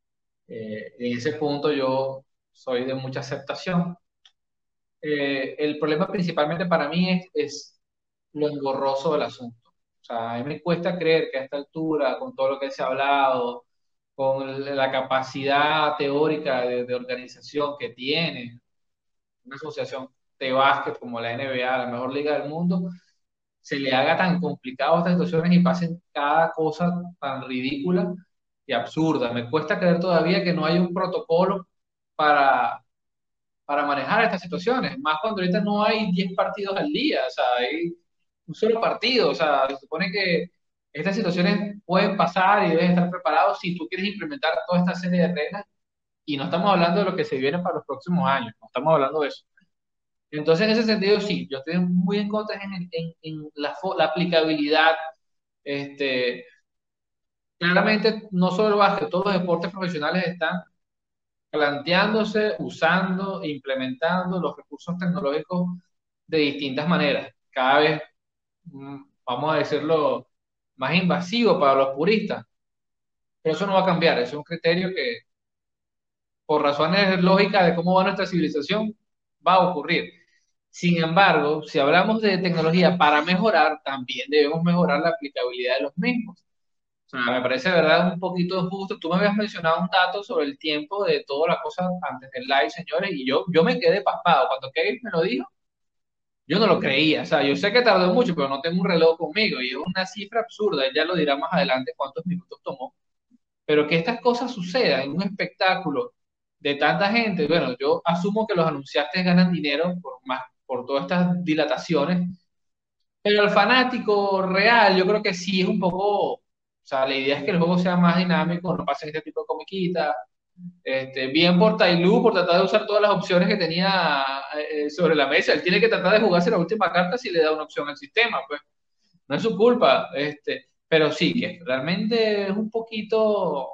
Eh, en ese punto yo soy de mucha aceptación. Eh, el problema principalmente para mí es, es lo engorroso del asunto. O sea, a mí me cuesta creer que a esta altura, con todo lo que se ha hablado, con la capacidad teórica de, de organización que tiene una asociación de básquet como la N B A, la mejor liga del mundo, se le haga tan complicado estas situaciones y pasen cada cosa tan ridícula y absurda. Me cuesta creer todavía que no hay un protocolo para, para manejar estas situaciones, más cuando ahorita no hay diez partidos al día, o sea, hay un solo partido, o sea, se supone que estas situaciones pueden pasar y debes estar preparado si tú quieres implementar toda esta serie de reglas, y no estamos hablando de lo que se viene para los próximos años, no estamos hablando de eso. Entonces, en ese sentido, sí, yo estoy muy en contra en, en, en la, la, aplicabilidad. Este, claramente, no solo el básquet, todos los deportes profesionales están planteándose, usando e implementando los recursos tecnológicos de distintas maneras. Cada vez, vamos a decirlo, más invasivo para los puristas. Pero eso no va a cambiar, eso es un criterio que, por razones lógicas de cómo va nuestra civilización, va a ocurrir. Sin embargo, si hablamos de tecnología para mejorar, también debemos mejorar la aplicabilidad de los mismos. O sea, me parece, de verdad, un poquito justo. Tú me habías mencionado un dato sobre el tiempo de todas las cosas antes del live, señores, y yo, yo me quedé pasmado. Cuando Kevin me lo dijo, yo no lo creía. O sea, yo sé que tardó mucho, pero no tengo un reloj conmigo y es una cifra absurda. Él ya lo dirá más adelante cuántos minutos tomó. Pero que estas cosas sucedan en un espectáculo de tanta gente, bueno, yo asumo que los anunciantes ganan dinero por, más, por todas estas dilataciones, pero el fanático real yo creo que sí es un poco, o sea, la idea es que el juego sea más dinámico, no pase este tipo de comiquita, este, bien por Tyloo por tratar de usar todas las opciones que tenía eh, sobre la mesa, él tiene que tratar de jugarse la última carta si le da una opción al sistema, pues no es su culpa, este, pero sí, que realmente es un poquito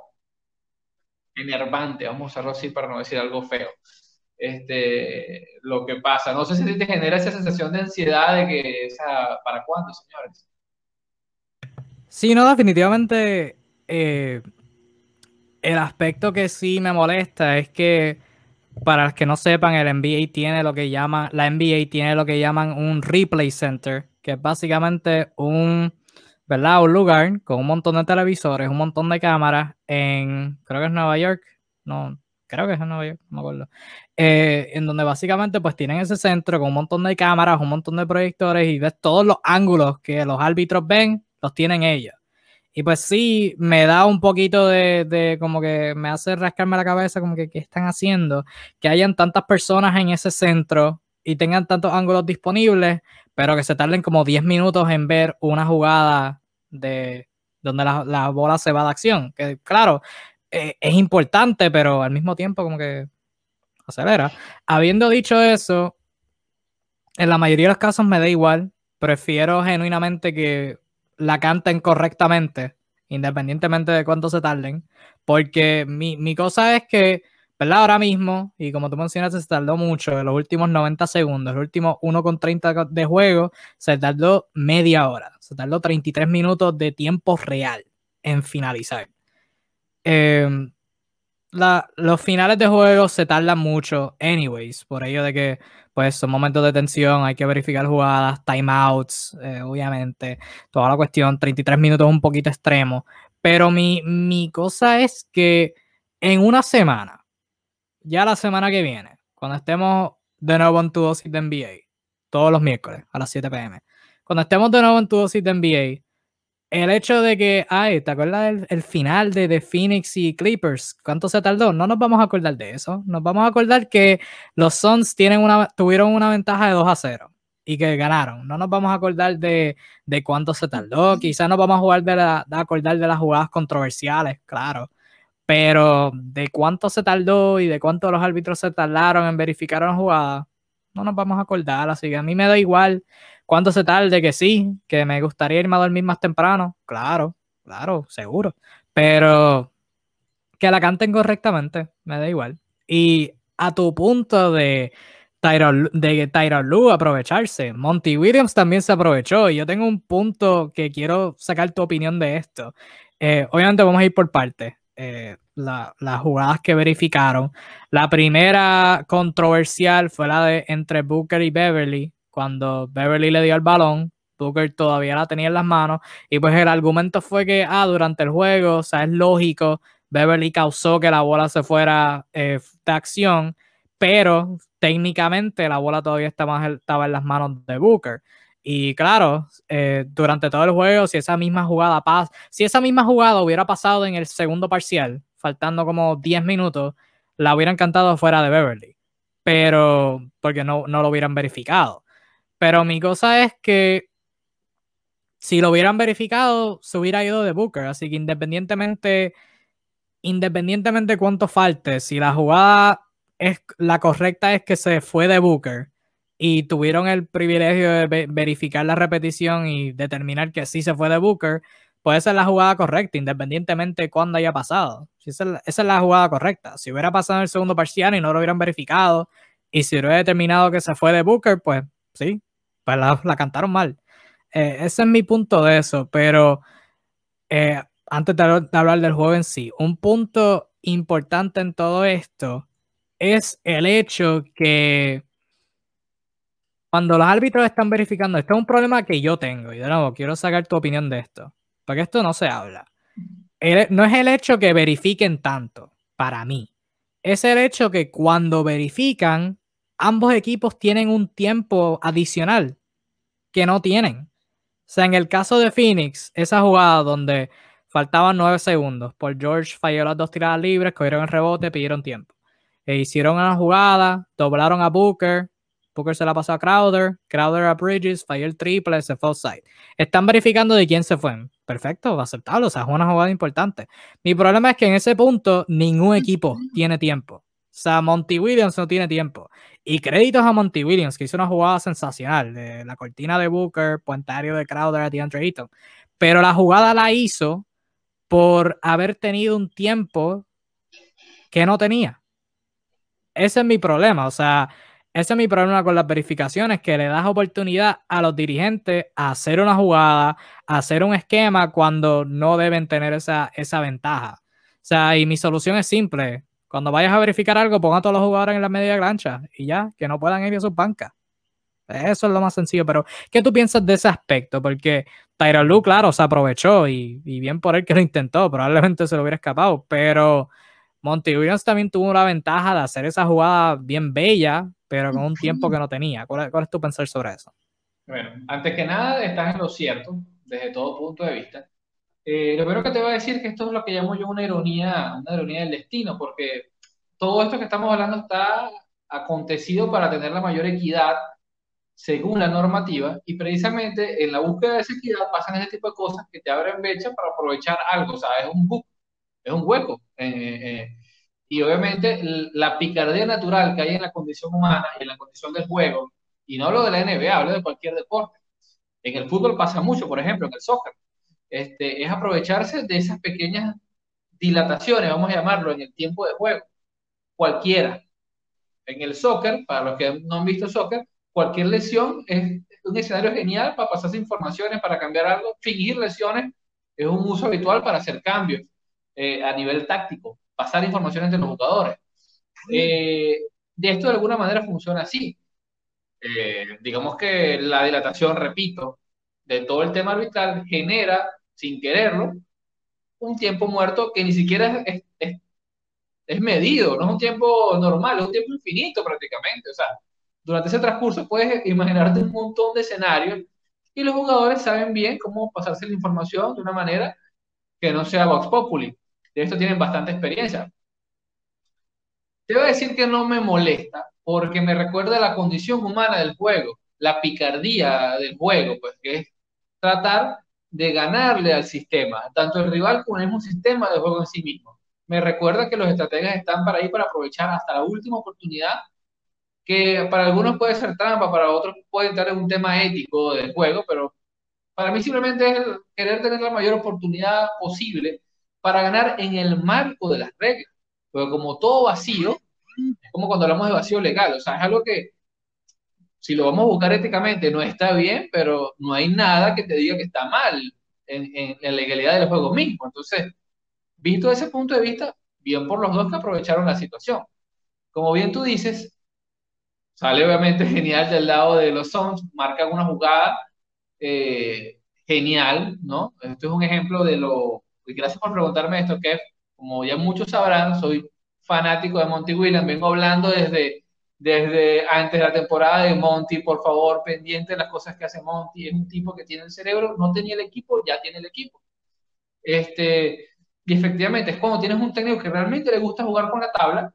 enervante, vamos a usarlo así para no decir algo feo. Este, lo que pasa, no sé si te genera esa sensación de ansiedad de que, o sea, ¿para cuándo, señores? Sí, no, definitivamente eh, el aspecto que sí me molesta es que para los que no sepan, el N B A tiene lo que llama, la N B A tiene lo que llaman un replay center, que es básicamente un, ¿verdad? Un lugar con un montón de televisores, un montón de cámaras en, creo que es Nueva York, no, creo que es en Nueva York, no me acuerdo, eh, en donde básicamente pues tienen ese centro con un montón de cámaras, un montón de proyectores y ves todos los ángulos que los árbitros ven, los tienen ellos. Y pues sí, me da un poquito de, de como que me hace rascarme la cabeza como que qué están haciendo, que hayan tantas personas en ese centro y tengan tantos ángulos disponibles, pero que se tarden como diez minutos en ver una jugada de donde la, la bola se va de acción. Que claro, eh, es importante, pero al mismo tiempo como que acelera. Habiendo dicho eso, en la mayoría de los casos me da igual. Prefiero genuinamente que la canten correctamente, independientemente de cuánto se tarden. Porque mi, mi cosa es que, ¿verdad? Ahora mismo, y como tú mencionaste, se tardó mucho, en los últimos noventa segundos, los últimos uno con treinta de juego, se tardó media hora. Se tardó treinta y tres minutos de tiempo real en finalizar. Eh, la, los finales de juego se tardan mucho, anyways, por ello de que pues son momentos de tensión, hay que verificar jugadas, timeouts, eh, obviamente, toda la cuestión, treinta y tres minutos es un poquito extremo, pero mi, mi cosa es que en una semana, ya la semana que viene, cuando estemos de nuevo en tu dosis de N B A, todos los miércoles a las siete p m, cuando estemos de nuevo en tu dosis de N B A, el hecho de que, ay, ¿te acuerdas del el final de, de Phoenix y Clippers? ¿Cuánto se tardó? No nos vamos a acordar de eso. Nos vamos a acordar que los Suns tienen una, tuvieron una ventaja de dos a cero y que ganaron. No nos vamos a acordar de, de cuánto se tardó. Quizás nos vamos a jugar de, la, de acordar de las jugadas controversiales, claro. Pero de cuánto se tardó y de cuánto los árbitros se tardaron en verificar una jugada, no nos vamos a acordar. Así que a mí me da igual cuánto se tarde, que sí, que me gustaría irme a dormir más temprano. Claro, claro, seguro. Pero que la canten correctamente, me da igual. Y a tu punto de Tyronn, de Tyronn Lue aprovecharse, Monty Williams también se aprovechó. Y yo tengo un punto que quiero sacar tu opinión de esto. Eh, obviamente vamos a ir por partes. Eh, la, las jugadas que verificaron. La primera controversial fue la de entre Booker y Beverly, cuando Beverly le dio el balón. Booker todavía la tenía en las manos. Y pues el argumento fue que, ah, durante el juego, o sea, es lógico, Beverly causó que la bola se fuera eh, de acción, pero técnicamente la bola todavía estaba, estaba en las manos de Booker. Y claro, eh, durante todo el juego, si esa misma jugada pasa, si esa misma jugada hubiera pasado en el segundo parcial, faltando como diez minutos, la hubieran cantado fuera de Beverly, pero porque no, no lo hubieran verificado. Pero mi cosa es que si lo hubieran verificado, se hubiera ido de Booker, así que independientemente independientemente de cuánto falte, si la jugada es la correcta es que se fue de Booker y tuvieron el privilegio de ve verificar la repetición y determinar que sí se fue de Booker, puede ser la jugada correcta, independientemente de cuándo haya pasado. Esa es, la, esa es la jugada correcta. Si hubiera pasado en el segundo parcial y no lo hubieran verificado, y si hubiera determinado que se fue de Booker, pues sí, pues la, la cantaron mal. Eh, ese es mi punto de eso, pero eh, antes de, de hablar del juego en sí, un punto importante en todo esto es el hecho que cuando los árbitros están verificando, esto es un problema que yo tengo, y de nuevo, quiero sacar tu opinión de esto, porque esto no se habla. El, no es el hecho que verifiquen tanto, para mí. Es el hecho que cuando verifican, ambos equipos tienen un tiempo adicional que no tienen. O sea, en el caso de Phoenix, esa jugada donde faltaban nueve segundos, Paul George falló las dos tiradas libres, cogieron el rebote, pidieron tiempo. E hicieron una jugada, doblaron a Booker, Booker se la pasó a Crowder, Crowder a Bridges, falló el triple, se fue outside. Están verificando de quién se fue. Perfecto, aceptable, o sea, es una jugada importante. Mi problema es que en ese punto ningún equipo tiene tiempo. O sea, Monty Williams no tiene tiempo. Y créditos a Monty Williams, que hizo una jugada sensacional, de la cortina de Booker, puentario de Crowder a DeAndre Ayton. Pero la jugada la hizo por haber tenido un tiempo que no tenía. Ese es mi problema, o sea, ese es mi problema con las verificaciones, que le das oportunidad a los dirigentes a hacer una jugada, a hacer un esquema cuando no deben tener esa, esa ventaja. O sea, y mi solución es simple. Cuando vayas a verificar algo, ponga a todos los jugadores en la media cancha y ya, que no puedan ir a sus bancas. Eso es lo más sencillo, pero ¿qué tú piensas de ese aspecto? Porque Tyronn Lue, claro, se aprovechó y, y bien por él que lo intentó, probablemente se lo hubiera escapado, pero Monty Williams también tuvo una ventaja de hacer esa jugada bien bella, pero con un tiempo que no tenía. ¿Cuál, cuál es tu pensar sobre eso? Bueno, antes que nada, estás en lo cierto, desde todo punto de vista. Eh, lo primero que te voy a decir es que esto es lo que llamo yo una ironía, una ironía del destino, porque todo esto que estamos hablando está acontecido para tener la mayor equidad según la normativa, y precisamente en la búsqueda de esa equidad pasan ese tipo de cosas que te abren brecha para aprovechar algo, o sea, es un bug, es un hueco. Eh, eh, y obviamente la picardía natural que hay en la condición humana y en la condición del juego, y no hablo de la N B A, hablo de cualquier deporte. En el fútbol pasa mucho, por ejemplo, en el soccer. Este, es aprovecharse de esas pequeñas dilataciones, vamos a llamarlo, en el tiempo de juego. Cualquiera. En el soccer, para los que no han visto soccer, cualquier lesión es un escenario genial para pasarse informaciones, para cambiar algo. Fingir lesiones es un uso habitual para hacer cambios eh, a nivel táctico, pasar información entre los jugadores. Eh, de esto de alguna manera funciona así. Eh, digamos que la dilatación, repito, de todo el tema arbitral genera, sin quererlo, un tiempo muerto que ni siquiera es, es, es medido, no es un tiempo normal, es un tiempo infinito prácticamente. O sea, durante ese transcurso puedes imaginarte un montón de escenarios y los jugadores saben bien cómo pasarse la información de una manera que no sea Vox Populi. De esto tienen bastante experiencia. Te voy a decir que no me molesta porque me recuerda la condición humana del juego, la picardía del juego, pues que es tratar de ganarle al sistema, tanto el rival como el mismo sistema de juego en sí mismo. Me recuerda que los estrategas están para ahí para aprovechar hasta la última oportunidad, que para algunos puede ser trampa, para otros puede estar en un tema ético del juego, pero para mí simplemente es el querer tener la mayor oportunidad posible para ganar en el marco de las reglas. Pero como todo vacío, es como cuando hablamos de vacío legal, o sea, es algo que si lo vamos a buscar éticamente no está bien, pero no hay nada que te diga que está mal en, en, en la legalidad del juego mismo. Entonces, visto desde ese punto de vista, bien por los dos que aprovecharon la situación. Como bien tú dices, sale obviamente genial del lado de los Suns, marcan una jugada eh, genial, ¿no? Esto es un ejemplo de lo... Y gracias por preguntarme esto, que como ya muchos sabrán, soy fanático de Monty Williams, vengo hablando desde, desde antes de la temporada de Monty, por favor, pendiente de las cosas que hace Monty, es un tipo que tiene el cerebro, no tenía el equipo, ya tiene el equipo. Este, y efectivamente, es cuando tienes un técnico que realmente le gusta jugar con la tabla,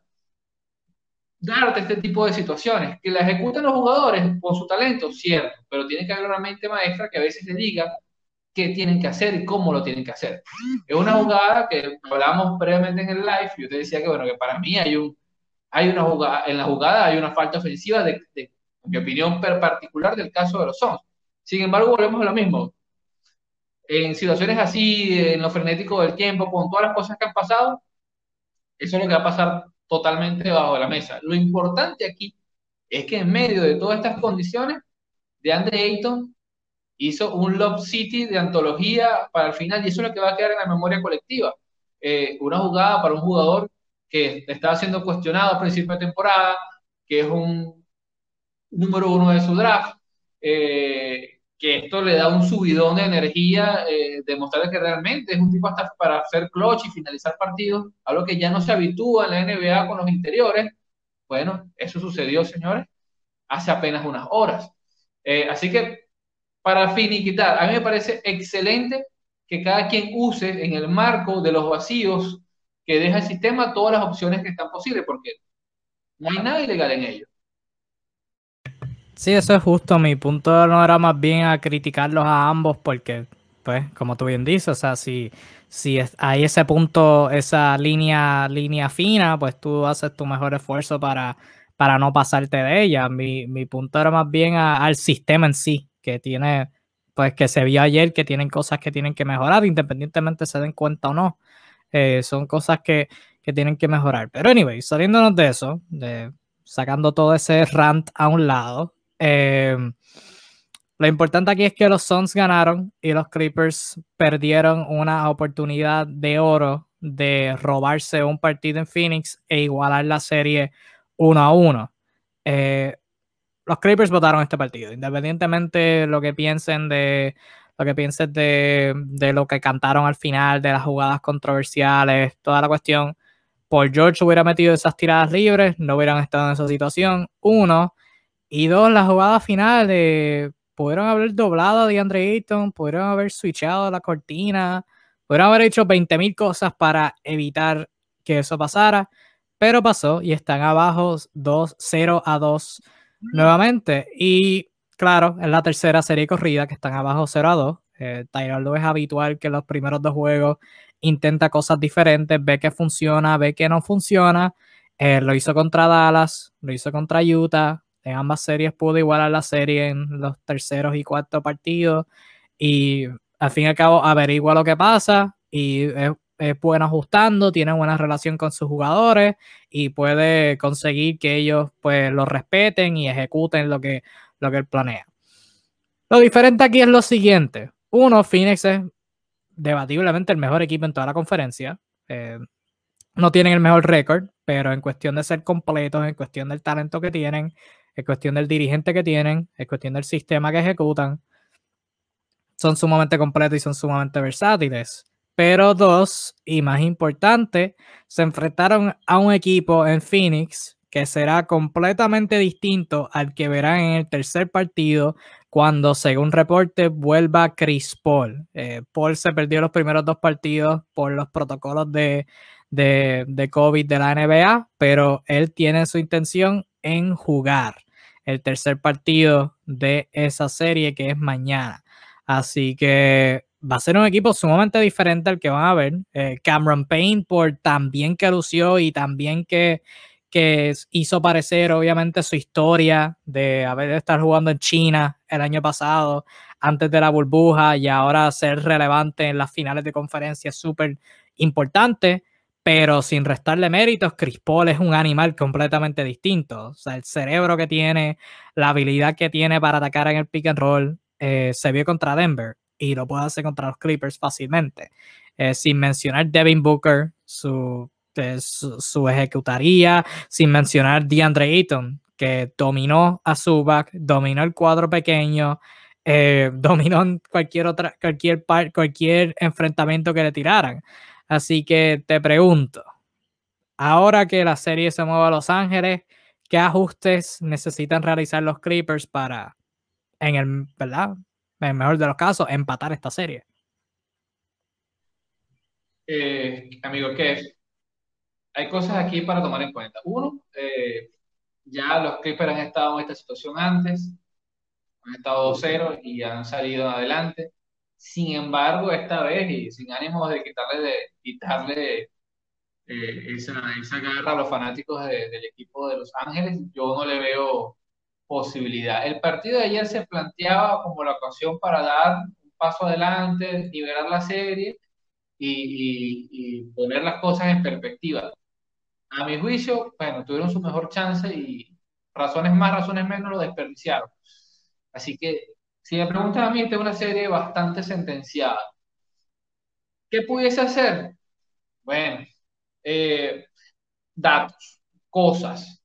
darte este tipo de situaciones, que la ejecutan los jugadores con su talento, cierto, pero tiene que haber una mente maestra que a veces le diga qué tienen que hacer y cómo lo tienen que hacer. Es una jugada que hablábamos previamente en el live, yo te decía que bueno, que para mí hay un, hay una jugada, en la jugada hay una falta ofensiva de, de en mi opinión particular del caso de los Suns. Sin embargo, volvemos a lo mismo. En situaciones así, en lo frenético del tiempo, con todas las cosas que han pasado, eso es lo que va a pasar totalmente debajo de la mesa. Lo importante aquí es que en medio de todas estas condiciones, DeAndre Ayton hizo un Love City de antología para el final y eso es lo que va a quedar en la memoria colectiva. Eh, una jugada para un jugador que estaba siendo cuestionado a principio de temporada, que es un número uno de su draft, eh, que esto le da un subidón de energía, eh, demostrarle que realmente es un tipo hasta para hacer clutch y finalizar partidos, algo que ya no se habitúa en la N B A con los interiores. Bueno, eso sucedió, señores, hace apenas unas horas. Eh, así que, para finiquitar, a mí me parece excelente que cada quien use en el marco de los vacíos que deja el sistema todas las opciones que están posibles, porque no hay nada ilegal en ello. Sí, eso es justo. Mi punto no era más bien a criticarlos a ambos porque, pues, como tú bien dices, o sea, si, si es, hay ese punto, esa línea, línea fina, pues tú haces tu mejor esfuerzo para, para no pasarte de ella. Mi, mi punto era más bien a, al sistema en sí, que tiene, pues, que se vio ayer, que tienen cosas que tienen que mejorar, independientemente se den cuenta o no. Eh, son cosas que, que tienen que mejorar. Pero, anyway, saliéndonos de eso, de, sacando todo ese rant a un lado, Eh, lo importante aquí es que los Suns ganaron y los Clippers perdieron una oportunidad de oro de robarse un partido en Phoenix e igualar la serie uno a uno. Eh, los Clippers votaron este partido, independientemente de lo que piensen de lo que pienses de, de lo que cantaron al final, de las jugadas controversiales, toda la cuestión. Paul George hubiera metido esas tiradas libres, no hubieran estado en esa situación. Uno. Y dos, la jugada final de pudieron haber doblado a DeAndre Ayton, pudieron haber switchado la cortina, pudieron haber hecho veinte mil cosas para evitar que eso pasara, pero pasó y están abajo dos cero a dos nuevamente. Y claro, es la tercera serie corrida que están abajo cero a dos. Eh, Tyronn Lue es habitual que en los primeros dos juegos intenta cosas diferentes, ve que funciona, ve que no funciona. Eh, lo hizo contra Dallas, lo hizo contra Utah. En ambas series pudo igualar la serie en los terceros y cuartos partidos. Y al fin y al cabo averigua lo que pasa y es, es bueno ajustando, tiene buena relación con sus jugadores y puede conseguir que ellos pues lo respeten y ejecuten lo que, lo que él planea. Lo diferente aquí es lo siguiente. Uno, Phoenix es debatiblemente el mejor equipo en toda la conferencia. Eh, no tienen el mejor récord, pero en cuestión de ser completos, en cuestión del talento que tienen, en cuestión del dirigente que tienen, en cuestión del sistema que ejecutan, son sumamente completos y son sumamente versátiles. Pero dos, y más importante, se enfrentaron a un equipo en Phoenix que será completamente distinto al que verán en el tercer partido cuando, según reporte, vuelva Chris Paul. Eh, Paul se perdió los primeros dos partidos por los protocolos de, de, de COVID de la N B A, pero él tiene su intención en jugar el tercer partido de esa serie que es mañana. Así que va a ser un equipo sumamente diferente al que van a ver. Eh, Cameron Payne, por tan bien que lució y tan bien que, que hizo parecer, obviamente, su historia de haber de estar jugando en China el año pasado, antes de la burbuja, y ahora ser relevante en las finales de conferencia es súper importante. Pero sin restarle méritos, Chris Paul es un animal completamente distinto. O sea, el cerebro que tiene, la habilidad que tiene para atacar en el pick and roll, eh, se vio contra Denver y lo puede hacer contra los Clippers fácilmente. Eh, sin mencionar Devin Booker, su, eh, su, su ejecutaría, sin mencionar DeAndre Ayton, que dominó a Zubac, dominó el cuadro pequeño, eh, dominó en cualquier, otra, cualquier, par, cualquier enfrentamiento que le tiraran. Así que te pregunto, ahora que la serie se mueve a Los Ángeles, ¿qué ajustes necesitan realizar los Clippers para, en el, ¿verdad? En el mejor de los casos, empatar esta serie? Eh, amigo Kev, hay cosas aquí para tomar en cuenta. Uno, eh, ya los Clippers han estado en esta situación antes, han estado dos cero y han salido adelante. Sin embargo, esta vez, y sin ánimo de quitarle, de, quitarle eh, esa, esa garra a los fanáticos de- del equipo de Los Ángeles, yo no le veo posibilidad. El partido de ayer se planteaba como la ocasión para dar un paso adelante, liberar la serie y, y- y poner las cosas en perspectiva. A mi juicio, bueno, tuvieron su mejor chance y razones más, razones menos lo desperdiciaron. Así que, si me preguntan a mí, esta es una serie bastante sentenciada. ¿Qué pudiese hacer? Bueno, eh, datos, cosas.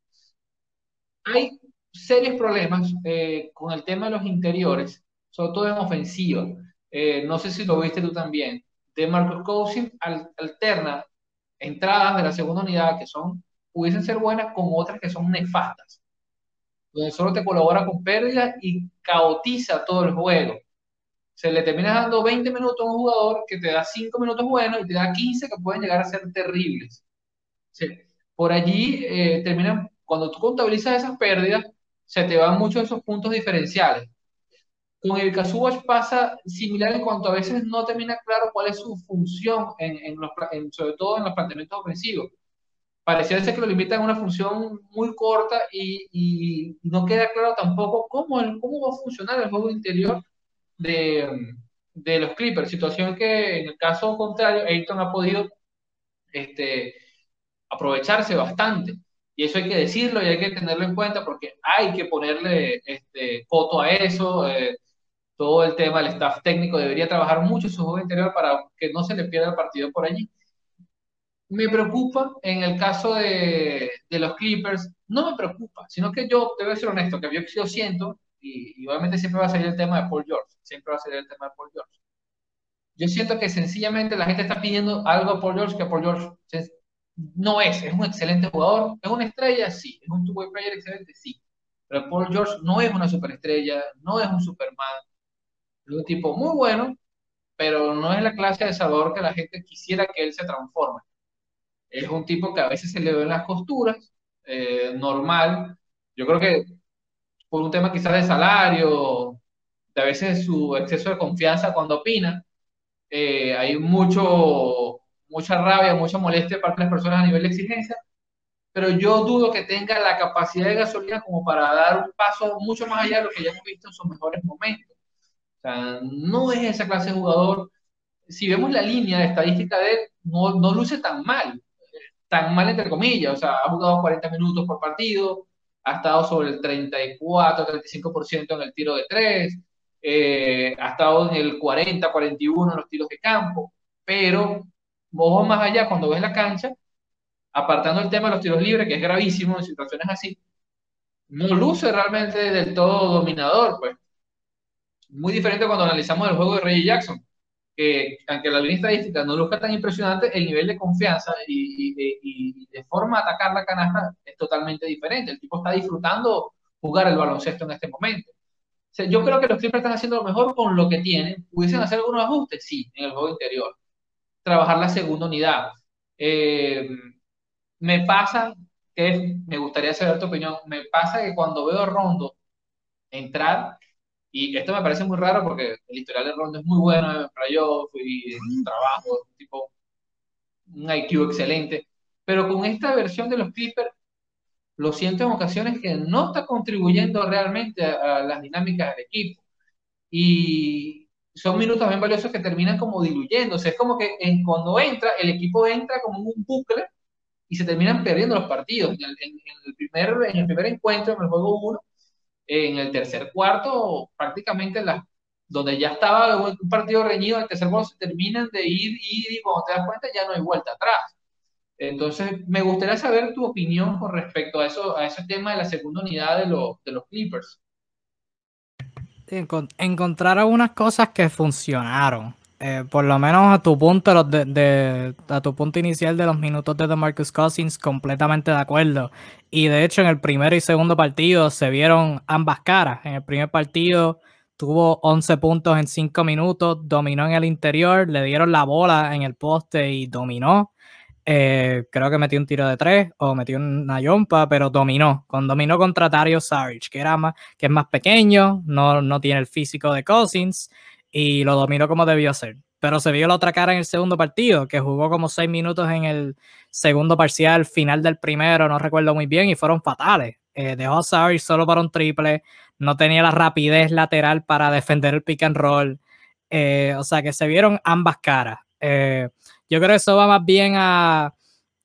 Hay serios problemas eh, con el tema de los interiores, sobre todo en ofensiva. Eh, no sé si lo viste tú también. De Marcus Cousins al- alterna entradas de la segunda unidad que son, pudiesen ser buenas con otras que son nefastas, donde solo te colabora con pérdidas y caotiza todo el juego. Se le termina dando veinte minutos a un jugador que te da cinco minutos buenos y te da quince que pueden llegar a ser terribles. Sí. Por allí eh, terminan, cuando tú contabilizas esas pérdidas, se te van muchos de esos puntos diferenciales. Con el Casuach pasa similar en cuanto a veces no termina claro cuál es su función, en, en los, en, sobre todo en los planteamientos ofensivos. Pareciera ser que lo limitan a una función muy corta y, y no queda claro tampoco cómo, el, cómo va a funcionar el juego interior de, de los Clippers. Situación que en el caso contrario, Ayton ha podido este, aprovecharse bastante. Y eso hay que decirlo y hay que tenerlo en cuenta porque hay que ponerle este, coto a eso. Eh, todo el tema del staff técnico debería trabajar mucho su juego interior para que no se le pierda el partido por allí. Me preocupa en el caso de, de los Clippers, no me preocupa, sino que yo, te voy a ser honesto, que yo, yo siento, y, y obviamente siempre va a salir el tema de Paul George, siempre va a salir el tema de Paul George. Yo siento que sencillamente la gente está pidiendo algo a Paul George que Paul George se- no es, es un excelente jugador, es una estrella, sí, es un two-way player excelente, sí, pero Paul George no es una superestrella, no es un Superman, es un tipo muy bueno, pero no es la clase de salvador que la gente quisiera que él se transforme. Es un tipo que a veces se le ven las costuras, eh, normal. Yo creo que por un tema quizás de salario, de a veces su exceso de confianza cuando opina, eh, hay mucho, mucha rabia, mucha molestia parte de las personas a nivel de exigencia, pero yo dudo que tenga la capacidad de gasolina como para dar un paso mucho más allá de lo que ya hemos visto en sus mejores momentos. O sea, no es esa clase de jugador. Si vemos la línea de estadística de él, no, no luce tan mal, tan mal entre comillas, o sea, ha jugado cuarenta minutos por partido, ha estado sobre el treinta y cuatro, treinta y cinco por ciento en el tiro de tres, eh, ha estado en el cuarenta, cuarenta y uno en los tiros de campo, pero vos más allá, cuando ves la cancha, apartando el tema de los tiros libres, que es gravísimo en situaciones así, no luce realmente del todo dominador, pues. Muy diferente cuando analizamos el juego de Reggie Jackson, que aunque la línea estadística no luzca tan impresionante, el nivel de confianza y, y, de, y, de forma de atacar la canasta es totalmente diferente. El tipo está disfrutando jugar el baloncesto en este momento. O sea, yo creo que los Clippers están haciendo lo mejor con lo que tienen. ¿Pudiesen hacer algunos ajustes? Sí, en el juego interior. Trabajar la segunda unidad. Eh, me pasa, que me gustaría saber tu opinión, me pasa que cuando veo a Rondo entrar, y esto me parece muy raro porque el historial de Rondo es muy bueno en playoff y en trabajo, es un tipo, un I Q excelente. Pero con esta versión de los Clippers, lo siento en ocasiones que no está contribuyendo realmente a, a las dinámicas del equipo. Y son minutos bien valiosos que terminan como diluyéndose. Es como que en, cuando entra, el equipo entra como en un bucle y se terminan perdiendo los partidos. En el, en, en el primer, en el primer encuentro, en el juego uno, en el tercer cuarto, prácticamente las, donde ya estaba un partido reñido, en el tercer cuarto se terminan de ir, ir y cuando te das cuenta ya no hay vuelta atrás. Entonces, me gustaría saber tu opinión con respecto a eso, a ese tema de la segunda unidad de, los de los Clippers. Encon- encontraron unas cosas que funcionaron. Eh, por lo menos a tu punto, los de, de- a tu punto inicial de los minutos de DeMarcus Cousins, completamente de acuerdo. Y de hecho, en el primer y segundo partido se vieron ambas caras. En el primer partido tuvo once puntos en cinco minutos, dominó en el interior, le dieron la bola en el poste y dominó. Eh, creo que metió un tiro de tres o metió una yompa, pero dominó. Con dominó contra Dario Saric, que, era más, que es más pequeño, no, no tiene el físico de Cousins y lo dominó como debió ser. Pero se vio la otra cara en el segundo partido, que jugó como seis minutos en el segundo parcial, final del primero, no recuerdo muy bien, y fueron fatales. Eh, dejó a Saric solo para un triple, no tenía la rapidez lateral para defender el pick and roll. Eh, o sea que se vieron ambas caras. Eh, yo creo que eso va más bien a,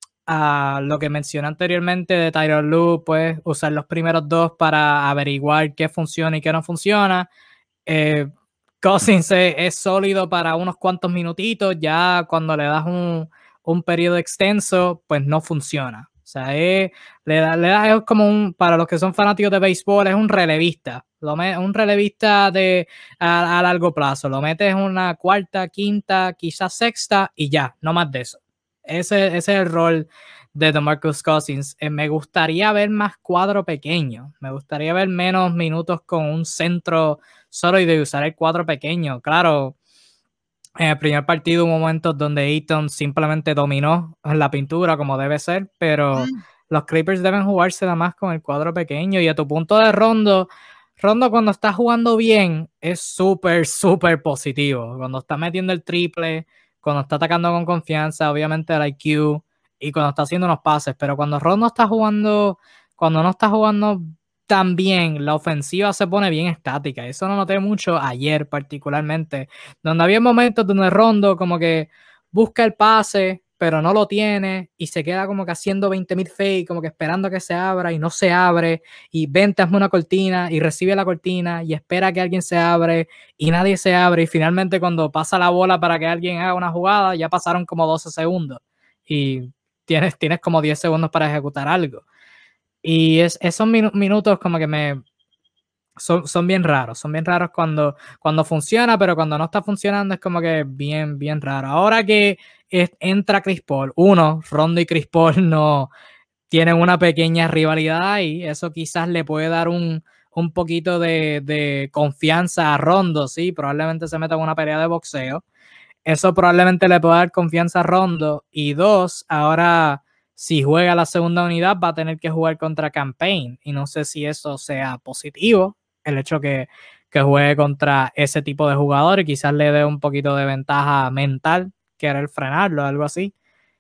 a lo que mencioné anteriormente de Tyronn Lue, pues usar los primeros dos para averiguar qué funciona y qué no funciona. Eh, Cousins es, es sólido para unos cuantos minutitos, ya cuando le das un, un periodo extenso, pues no funciona. O sea, es, le da, le da, es como un, para los que son fanáticos de béisbol, es un relevista. Lo me, un relevista de, a, a largo plazo. Lo metes en una cuarta, quinta, quizás sexta y ya, no más de eso. Ese, ese es el rol de DeMarcus Cousins. Eh, me gustaría ver más cuadro pequeño. Me gustaría ver menos minutos con un centro solo y de usar el cuadro pequeño. Claro, en el primer partido hubo momentos donde Ayton simplemente dominó en la pintura como debe ser, pero mm. los Clippers deben jugársela más con el cuadro pequeño. Y a tu punto de Rondo, Rondo cuando está jugando bien es súper, súper positivo. Cuando está metiendo el triple, cuando está atacando con confianza, obviamente el I Q, y cuando está haciendo unos pases. Pero cuando Rondo está jugando, cuando no está jugando también, la ofensiva se pone bien estática. Eso lo noté mucho ayer particularmente, donde había momentos donde Rondo como que busca el pase, pero no lo tiene y se queda como que haciendo veinte mil fake, como que esperando que se abra y no se abre, y vente, hazme una cortina y recibe la cortina y espera que alguien se abre y nadie se abre, y finalmente cuando pasa la bola para que alguien haga una jugada ya pasaron como doce segundos y tienes, tienes como diez segundos para ejecutar algo. Y es, esos minu minutos como que me... Son, son bien raros, son bien raros cuando, cuando funciona, pero cuando no está funcionando es como que bien, bien raro. Ahora que es, entra Chris Paul, uno, Rondo y Chris Paul no tienen una pequeña rivalidad y eso quizás le puede dar un, un poquito de, de confianza a Rondo, sí, probablemente se meta en una pelea de boxeo. Eso probablemente le puede dar confianza a Rondo. Y dos, ahora si juega la segunda unidad va a tener que jugar contra Campaign y no sé si eso sea positivo, el hecho que, que juegue contra ese tipo de jugador y quizás le dé un poquito de ventaja mental, querer frenarlo, algo así.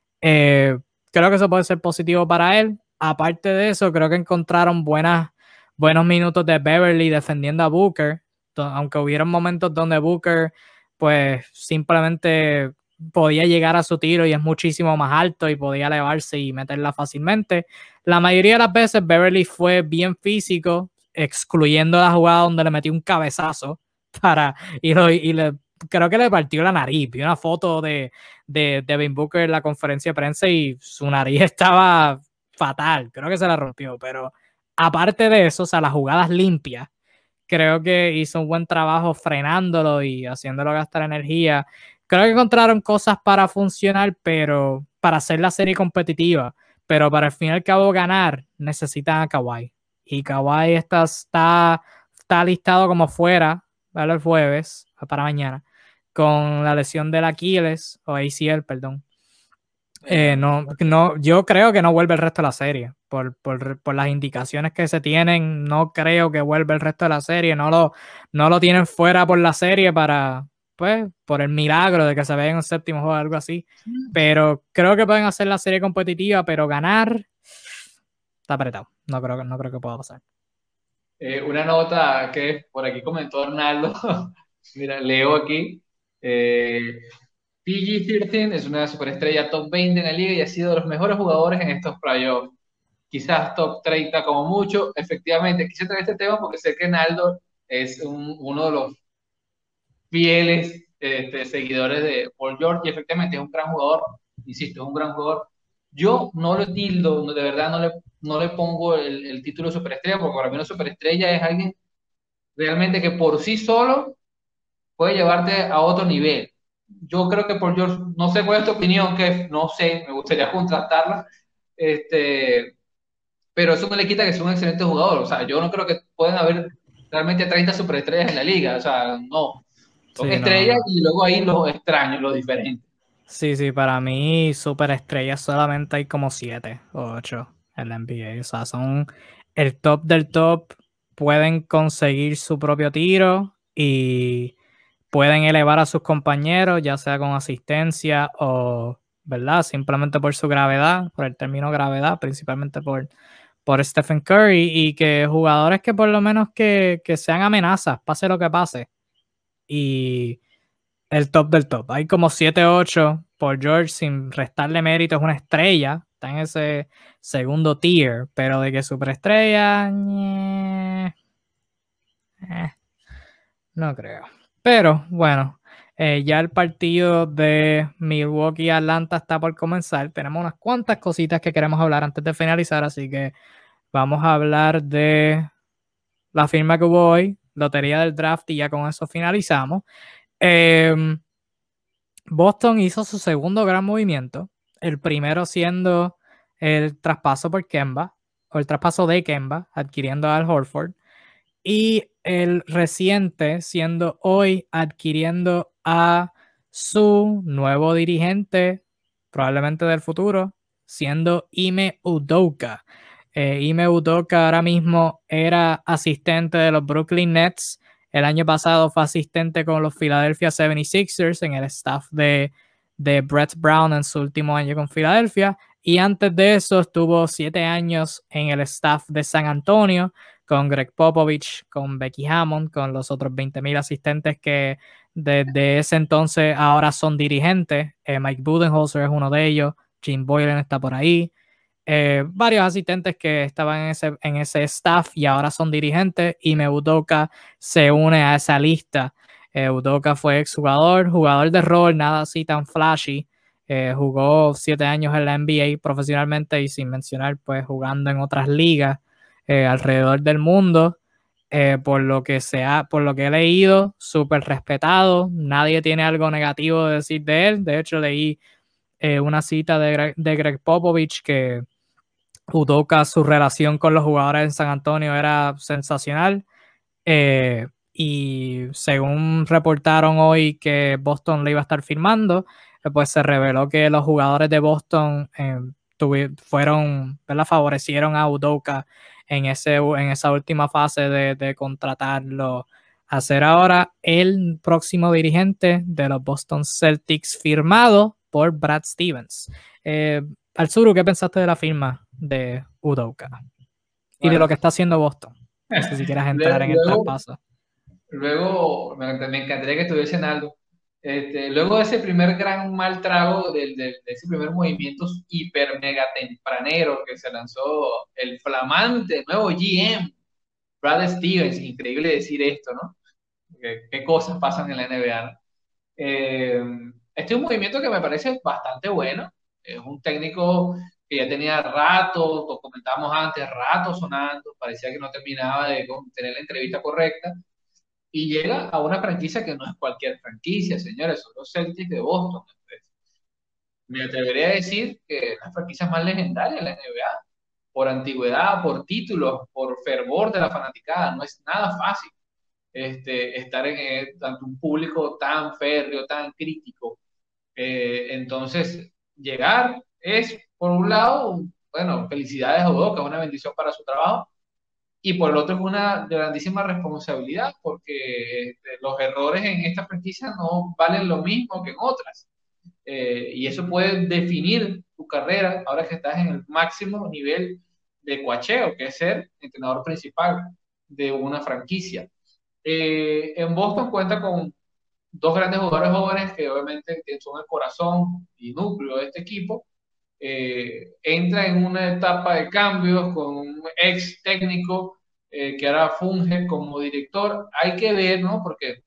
Eh, creo que eso puede ser positivo para él. Aparte de eso, creo que encontraron buenas, buenos minutos de Beverly defendiendo a Booker, aunque hubieron momentos donde Booker pues simplemente podía llegar a su tiro y es muchísimo más alto y podía elevarse y meterla fácilmente. La mayoría de las veces Beverly fue bien físico, excluyendo la jugada donde le metió un cabezazo para, y, lo, y le, creo que le partió la nariz. Vi una foto de, de Devin Booker en la conferencia de prensa y su nariz estaba fatal, creo que se la rompió, pero aparte de eso, o sea, las jugadas limpias, creo que hizo un buen trabajo frenándolo y haciéndolo gastar energía. Creo que encontraron cosas para funcionar, pero para hacer la serie competitiva, pero para al fin y al cabo ganar, necesitan a Kawhi. Y Kawhi está, está, está listado como fuera, ¿vale? El jueves, para mañana, con la lesión del Aquiles, o A C L, perdón. Eh, no, no, yo creo que no vuelve el resto de la serie. Por, por, por las indicaciones que se tienen, no creo que vuelva el resto de la serie. No lo, no lo tienen fuera por la serie para, pues, por el milagro de que se vea en un séptimo juego o algo así. Pero creo que pueden hacer la serie competitiva, pero ganar está apretado. No creo, no creo que pueda pasar. Eh, una nota que por aquí comentó Arnaldo. Mira, leo aquí. Eh, P G trece es una superestrella top veinte en la liga y ha sido de los mejores jugadores en estos playoffs. Quizás top treinta como mucho. Efectivamente, quise traer este tema porque sé que Naldo es un, uno de los fieles este, seguidores de Paul George y efectivamente es un gran jugador. Insisto, es un gran jugador. Yo no lo tildo, de verdad no le, no le pongo el, el título de superestrella porque para mí una superestrella es alguien realmente que por sí solo puede llevarte a otro nivel. Yo creo que por George, no sé cuál es tu opinión, que no sé, me gustaría contrastarla, este, pero eso no le quita que sea un excelente jugador. O sea, yo no creo que puedan haber realmente treinta superestrellas en la liga. O sea, no. Son Sí, no, estrellas no. y luego ahí los extraños, los diferentes. Sí, sí, para mí superestrellas solamente hay como siete o ocho en la N B A. O sea, son el top del top, pueden conseguir su propio tiro y pueden elevar a sus compañeros, ya sea con asistencia o, ¿verdad? Simplemente por su gravedad, por el término gravedad, principalmente por, por Stephen Curry y que jugadores que por lo menos que, que sean amenazas, pase lo que pase. Y el top del top. Hay como siete ocho. Por George, sin restarle mérito, es una estrella. Está en ese segundo tier. Pero de que superestrella. ñe, eh, no creo. Pero bueno, eh, ya el partido de Milwaukee-Atlanta está por comenzar. Tenemos unas cuantas cositas que queremos hablar antes de finalizar. Así que vamos a hablar de la firma que hubo hoy, lotería del draft, y ya con eso finalizamos. Eh, Boston hizo su segundo gran movimiento, el primero siendo el traspaso por Kemba, o el traspaso de Kemba, adquiriendo a Al Horford, y el reciente siendo hoy adquiriendo a su nuevo dirigente, probablemente del futuro, siendo Ime Udoka. Eh, Ime Udoka ahora mismo era asistente de los Brooklyn Nets. El año pasado fue asistente con los Philadelphia setenta y seis ers en el staff de, de Brett Brown en su último año con Filadelfia. Y antes de eso estuvo siete años en el staff de San Antonio con Greg Popovich, con Becky Hammond, con los otros veinte mil asistentes que desde ese entonces ahora son dirigentes. Eh, Mike Budenholzer es uno de ellos. Jim Boylan está por ahí. Eh, varios asistentes que estaban en ese, en ese staff y ahora son dirigentes, y Ime Udoka se une a esa lista. Eh, Udoka fue exjugador, jugador de rol, nada así tan flashy, Eh, jugó siete años en la N B A profesionalmente y sin mencionar, pues jugando en otras ligas eh, alrededor del mundo. Eh, por lo que sea, por lo que he leído, súper respetado. Nadie tiene algo negativo de decir de él. De hecho, leí eh, una cita de Greg, de Greg Popovich que Udoka, su relación con los jugadores en San Antonio era sensacional. Eh, y según reportaron hoy que Boston le iba a estar firmando, eh, pues se reveló que los jugadores de Boston eh, fueron, ¿verdad? Favorecieron a Udoka en, ese, en esa última fase de, de contratarlo a ser ahora el próximo dirigente de los Boston Celtics, firmado por Brad Stevens. Eh, Alzuru, ¿qué pensaste de la firma de Udoka y de lo Bueno, que está haciendo Boston? No sé si quieras entrar en el luego, traspaso. luego me, me encantaría que estuviese en algo. Este, luego de ese primer gran mal trago, de, de, de ese primer movimiento hiper mega tempranero que se lanzó el flamante nuevo G M, Brad Stevens, increíble decir esto, ¿no? ¿Qué, qué cosas pasan en la N B A? ¿No? Eh, este es un movimiento que me parece bastante bueno. Es un técnico que ya tenía rato, lo comentábamos antes, rato sonando, parecía que no terminaba de tener la entrevista correcta. Y llega a una franquicia que no es cualquier franquicia, señores, son los Celtics de Boston. Entonces, me atrevería a decir que es la franquicia más legendaria de la N B A, por antigüedad, por títulos, por fervor de la fanaticada. No es nada fácil este, estar en eh, ante un público tan férreo, tan crítico. Eh, entonces, llegar es, por un lado, bueno, felicidades a Udoka, es una bendición para su trabajo, y por el otro es una grandísima responsabilidad, porque este, los errores en esta franquicia no valen lo mismo que en otras. Eh, y eso puede definir tu carrera ahora que estás en el máximo nivel de coacheo, que es ser entrenador principal de una franquicia. Eh, en Boston cuenta con dos grandes jugadores jóvenes que obviamente son el corazón y núcleo de este equipo. Eh, entra en una etapa de cambios con un ex técnico eh, que ahora funge como director. Hay que ver, ¿no? Porque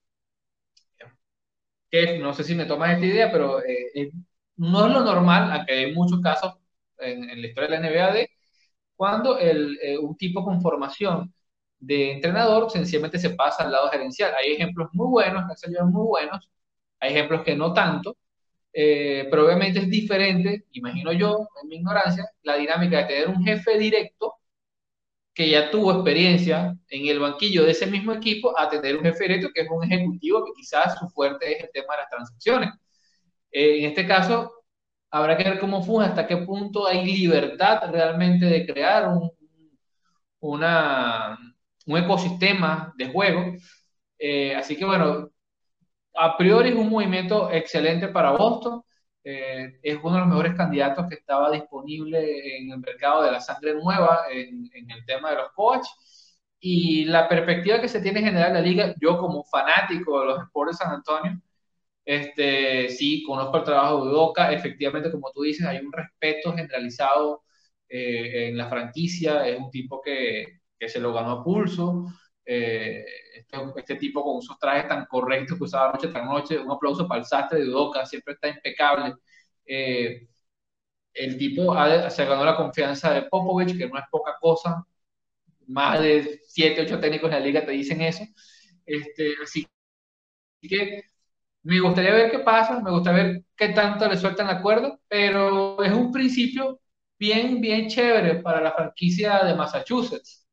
que no sé si me tomas esta idea, pero eh, eh, no es lo normal, aunque hay muchos casos en, en la historia de la N B A de cuando el, eh, un tipo con formación de entrenador sencillamente se pasa al lado gerencial. Hay ejemplos muy buenos, que han salido muy buenos, hay ejemplos que no tanto, eh, pero obviamente es diferente, imagino yo, en mi ignorancia, la dinámica de tener un jefe directo que ya tuvo experiencia en el banquillo de ese mismo equipo a tener un jefe directo que es un ejecutivo que quizás su fuerte es el tema de las transacciones. Eh, en este caso, habrá que ver cómo fue, hasta qué punto hay libertad realmente de crear un, una, un ecosistema de juego. Eh, así que bueno, a priori es un movimiento excelente para Boston. Eh, es uno de los mejores candidatos que estaba disponible en el mercado de la sangre nueva en, en el tema de los coaches. Y la perspectiva que se tiene en general en la liga, yo como fanático de los Spurs de San Antonio, este, sí, conozco el trabajo de Udoka. Efectivamente, como tú dices, hay un respeto generalizado eh, en la franquicia. Es un tipo que, que se lo ganó a pulso. Eh, este, este, tipo con esos trajes tan correctos que usaba noche tras noche. Un aplauso para el sastre de Udoka, siempre está impecable. Eh, el tipo ha, se ganó la confianza de Popovich, que no es poca cosa. Más de siete, ocho técnicos en la liga te dicen eso. Este, así que me gustaría ver qué pasa, me gustaría ver qué tanto le sueltan la cuerda, pero es un principio bien, bien chévere para la franquicia de Massachusetts.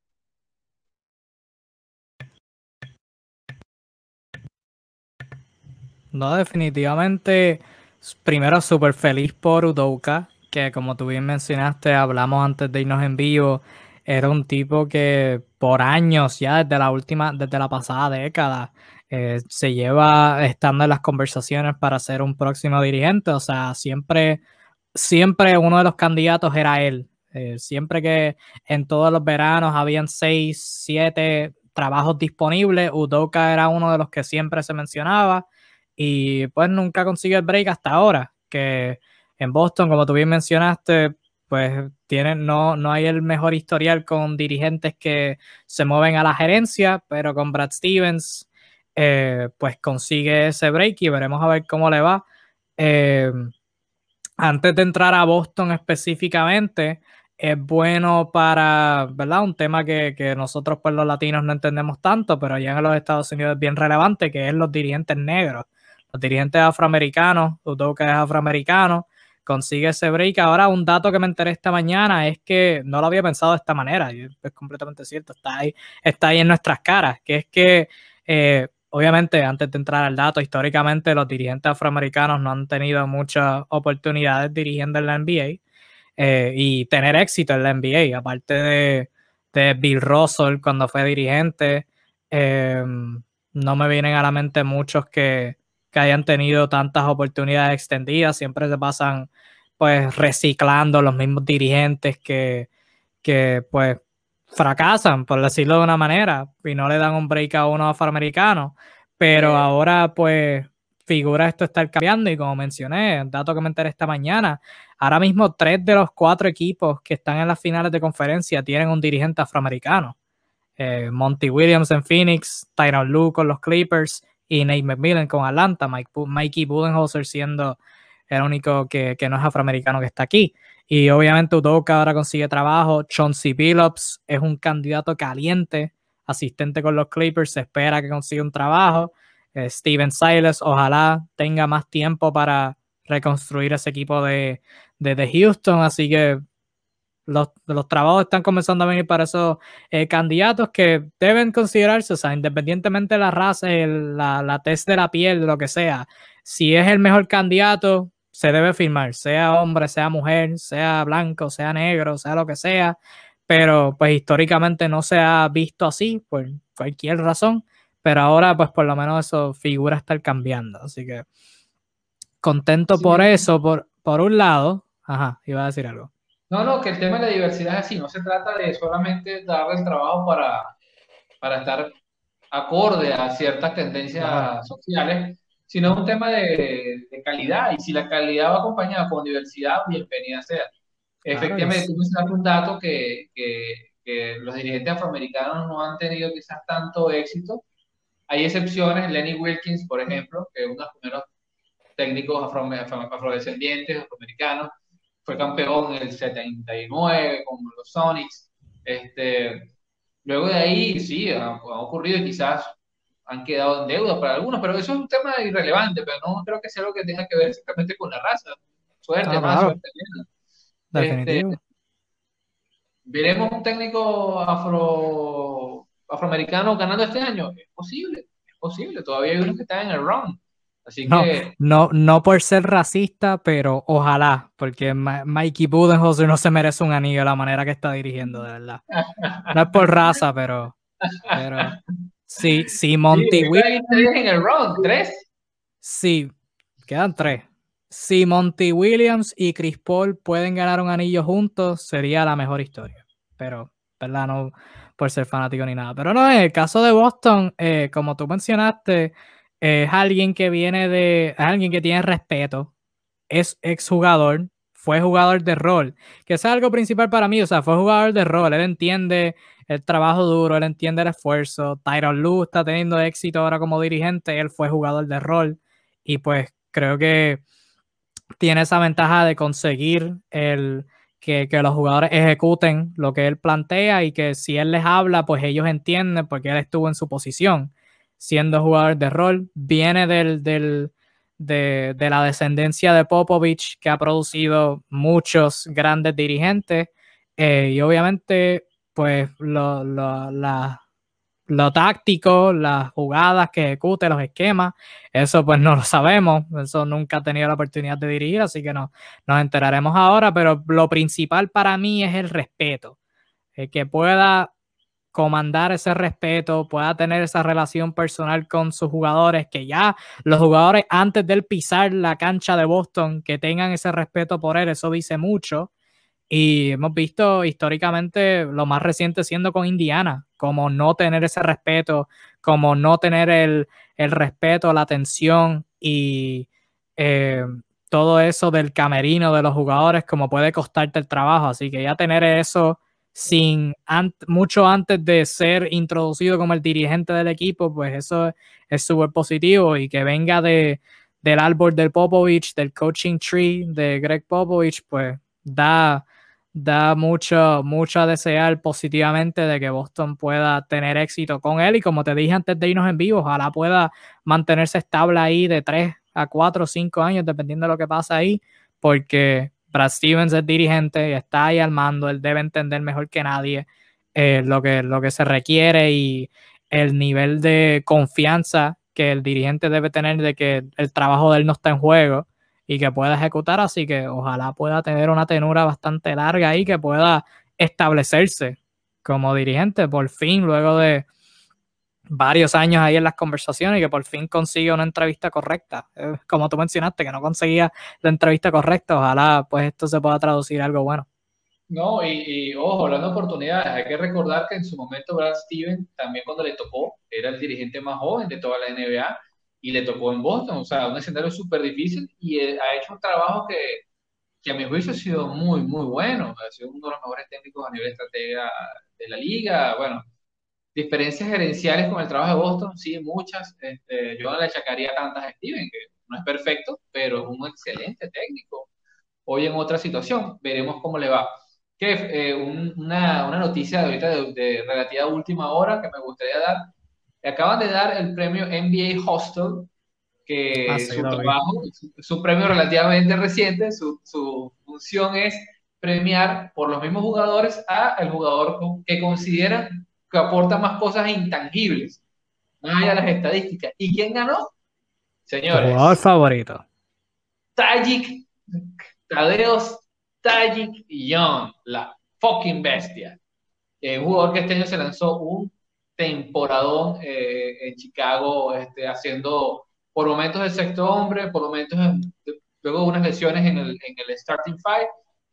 No, definitivamente, primero súper feliz por Udoka, que como tú bien mencionaste, hablamos antes de irnos en vivo, era un tipo que por años, ya desde la última, desde la pasada década, eh, se lleva estando en las conversaciones para ser un próximo dirigente, o sea, siempre, siempre uno de los candidatos era él. Eh, siempre que en todos los veranos habían seis, siete trabajos disponibles, Udoka era uno de los que siempre se mencionaba y pues nunca consigue el break hasta ahora, que en Boston, como tú bien mencionaste, pues tienen, no, no hay el mejor historial con dirigentes que se mueven a la gerencia, pero con Brad Stevens eh, pues consigue ese break y veremos a ver cómo le va. Eh, antes de entrar a Boston específicamente, es bueno para, ¿verdad? Un tema que, que nosotros pues los latinos no entendemos tanto, pero allá en los Estados Unidos es bien relevante, que es los dirigentes negros, los dirigentes afroamericanos. Udoka es afroamericano, consigue ese break. Ahora, un dato que me enteré esta mañana es que no lo había pensado de esta manera, y es completamente cierto, está ahí, está ahí en nuestras caras, que es que eh, obviamente, antes de entrar al dato, históricamente los dirigentes afroamericanos no han tenido muchas oportunidades dirigiendo en la N B A eh, y tener éxito en la N B A, aparte de, de Bill Russell cuando fue dirigente. Eh, no me vienen a la mente muchos que, que hayan tenido tantas oportunidades extendidas. Siempre se pasan pues reciclando los mismos dirigentes que, que pues fracasan, por decirlo de una manera, y no le dan un break a uno afroamericano. Pero Eh, ahora pues figura esto estar cambiando, y como mencioné, el dato que me enteré esta mañana, ahora mismo tres de los cuatro equipos que están en las finales de conferencia tienen un dirigente afroamericano. Eh, Monty Williams en Phoenix, Tyronn Lue con los Clippers y Nate McMillan con Atlanta, Mike, Mikey Budenholzer siendo el único que, que no es afroamericano que está aquí. Y obviamente Udoka ahora consigue trabajo. Chauncey Billups es un candidato caliente, asistente con los Clippers, se espera que consiga un trabajo. Eh, Steven Silas, ojalá tenga más tiempo para reconstruir ese equipo de, de, de Houston, así que los, los trabajos están comenzando a venir para esos eh, candidatos que deben considerarse, o sea, independientemente de la raza, el, la, la tez de la piel, lo que sea, si es el mejor candidato, se debe firmar, sea hombre, sea mujer, sea blanco, sea negro, sea lo que sea, pero pues históricamente no se ha visto así por cualquier razón, pero ahora pues por lo menos eso figura estar cambiando, así que contento sí, por eso, por, por un lado. Ajá, iba a decir algo. no, no, que el tema de la diversidad es así, no se trata de solamente darle el trabajo para, para estar acorde a ciertas Claro, tendencias sociales, sino un tema de, de calidad, y si la calidad va acompañada con diversidad, bienvenida sea. claro, y Efectivamente, tú mencionaste un dato que, que, que los dirigentes afroamericanos no han tenido quizás tanto éxito. Hay excepciones, Lenny Wilkins, por ejemplo, que es uno de los primeros técnicos afro, afro, afrodescendientes, afroamericanos, fue campeón en el setenta y nueve con los Sonics. Este, luego de ahí, sí, ha, ha ocurrido y quizás han quedado en deuda para algunos, pero eso es un tema irrelevante, pero no creo que sea algo que tenga que ver exactamente con la raza. Suerte no, más, claro, suerte menos. Este, definitivo. ¿veremos un técnico afro, afroamericano ganando este año? Es posible, es posible. Todavía hay unos que están en el round. Así No, que no, no por ser racista, pero ojalá, porque Ma- Mikey Budenholzer no se merece un anillo de la manera que está dirigiendo, de verdad. No es por raza, pero, pero sí, sí, sí, Monty hay tres Williams, en el round, tres. sí, quedan tres. Si Monty Williams y Chris Paul pueden ganar un anillo juntos, sería la mejor historia. Pero, ¿verdad? No por ser fanático ni nada. Pero no, en el caso de Boston, eh, como tú mencionaste, eh, es alguien que viene de, es alguien que tiene respeto, es exjugador, fue jugador de rol, que eso es algo principal para mí, o sea, fue jugador de rol, él entiende el trabajo duro, él entiende el esfuerzo. Tyronn Lue está teniendo éxito ahora como dirigente, él fue jugador de rol, y pues creo que tiene esa ventaja de conseguir el, que, que los jugadores ejecuten lo que él plantea, y que si él les habla, pues ellos entienden porque él estuvo en su posición siendo jugador de rol. Viene del, del, de, de la descendencia de Popovich, que ha producido muchos grandes dirigentes, eh, y obviamente pues lo, lo, la, lo táctico, las jugadas que ejecute, los esquemas, eso pues no lo sabemos, eso nunca ha tenido la oportunidad de dirigir, así que no, nos enteraremos ahora, pero lo principal para mí es el respeto, el que pueda comandar ese respeto, pueda tener esa relación personal con sus jugadores, que ya los jugadores antes de él pisar la cancha de Boston, que tengan ese respeto por él, eso dice mucho. Y hemos visto históricamente lo más reciente siendo con Indiana, como no tener ese respeto, como no tener el, el respeto, la atención y eh, todo eso del camerino de los jugadores, como puede costarte el trabajo. Así que ya tener eso sin an mucho antes de ser introducido como el dirigente del equipo, pues eso es súper positivo, y que venga de, del árbol del Popovich, del coaching tree de Greg Popovich, pues da, da mucho, mucho a desear positivamente de que Boston pueda tener éxito con él. Y como te dije antes de irnos en vivo, ojalá pueda mantenerse estable ahí de tres a cuatro o cinco años, dependiendo de lo que pasa ahí, porque Brad Stevens es dirigente y está ahí al mando. Él debe entender mejor que nadie eh, lo que, lo que se requiere y el nivel de confianza que el dirigente debe tener de que el trabajo de él no está en juego y que pueda ejecutar, así que ojalá pueda tener una tenura bastante larga ahí, que pueda establecerse como dirigente por fin, luego de varios años ahí en las conversaciones, y que por fin consiga una entrevista correcta. Eh, como tú mencionaste, que no conseguía la entrevista correcta, ojalá pues esto se pueda traducir a algo bueno. No, y, y, ojo, hablando de oportunidades, hay que recordar que en su momento Brad Stevens, también cuando le tocó, era el dirigente más joven de toda la N B A y le tocó en Boston, o sea, un escenario súper difícil y eh, ha hecho un trabajo que, que a mi juicio ha sido muy, muy bueno, ha sido uno de los mejores técnicos a nivel de estratega de la liga. Bueno, diferencias gerenciales con el trabajo de Boston, sí, muchas. Este, yo no le achacaría tantas a Steven, que no es perfecto, pero es un excelente técnico. Hoy en otra situación, veremos cómo le va. Que eh, un, una, una noticia de ahorita de, de relativa última hora que me gustaría dar. Le acaban de dar el premio N B A Hostel, Ah, que sí, su lo vi. trabajo, su, su premio relativamente reciente, su, su función es premiar por los mismos jugadores a el jugador que consideran que aporta más cosas intangibles, más allá de las estadísticas. ¿Y quién ganó? Tu jugador Señores, favorito. Tajik, Tadeusz Tajik Young, la fucking bestia. Eh, un jugador que este año se lanzó un temporadón eh, en Chicago, este, haciendo por momentos el sexto hombre, por momentos luego de unas lesiones en el, en el starting five.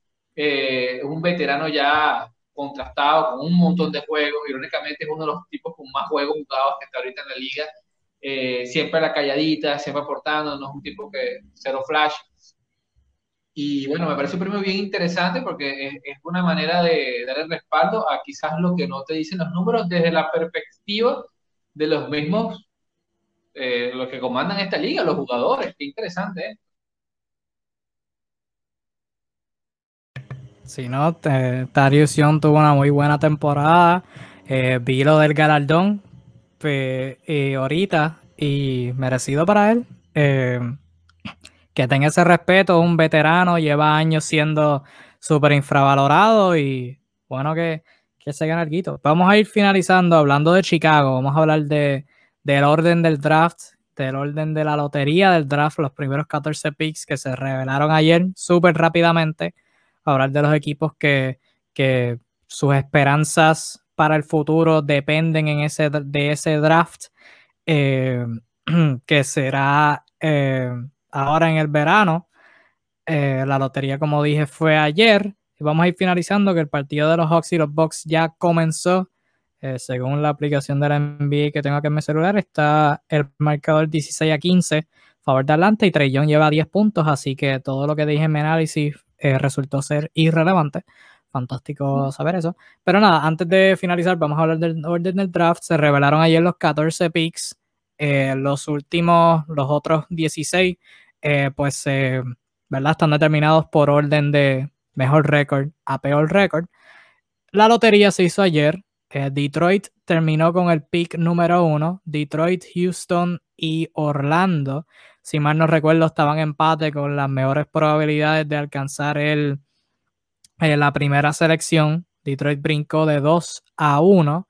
Eh, un veterano ya contrastado con un montón de juegos. Irónicamente es uno de los tipos con más juegos jugados que está ahorita en la liga. Eh, siempre a la calladita, siempre aportando, no es un tipo que cero flash. Y bueno, me parece un premio bien interesante porque es, es una manera de darle respaldo a quizás lo que no te dicen los números desde la perspectiva de los mismos, eh, los que comandan esta liga, los jugadores. Qué interesante, ¿eh? Si no, Darius Young tuvo una muy buena temporada. Eh, vi lo del galardón pe- eh, ahorita y merecido para él. Eh, que tenga ese respeto, un veterano, lleva años siendo súper infravalorado y bueno que, que se gane algo. Vamos a ir finalizando hablando de Chicago. Vamos a hablar de, del orden del draft, del orden de la lotería del draft, los primeros catorce picks que se revelaron ayer súper rápidamente. Hablar de los equipos que, que sus esperanzas para el futuro dependen en ese, de ese draft, eh, que será eh, ahora en el verano. Eh, la lotería, como dije, fue ayer. Y vamos a ir finalizando que el partido de los Hawks y los Bucks ya comenzó. Eh, según la aplicación de la N B A que tengo aquí en mi celular, está el marcador dieciséis a quince a favor de Atlanta y Trae Young lleva diez puntos, así que todo lo que dije en mi análisis eh, resultó ser irrelevante. Fantástico saber eso. Pero nada, antes de finalizar, vamos a hablar del orden del draft. Se revelaron ayer los catorce picks. Eh, los últimos, los otros dieciséis, eh, pues eh, ¿verdad? Están determinados por orden de mejor récord a peor récord. La lotería se hizo ayer. Eh, Detroit terminó con el pick número uno. Detroit, Houston y Orlando, si mal no recuerdo, estaban en empate con las mejores probabilidades de alcanzar el, eh, la primera selección. Detroit brincó de dos a uno.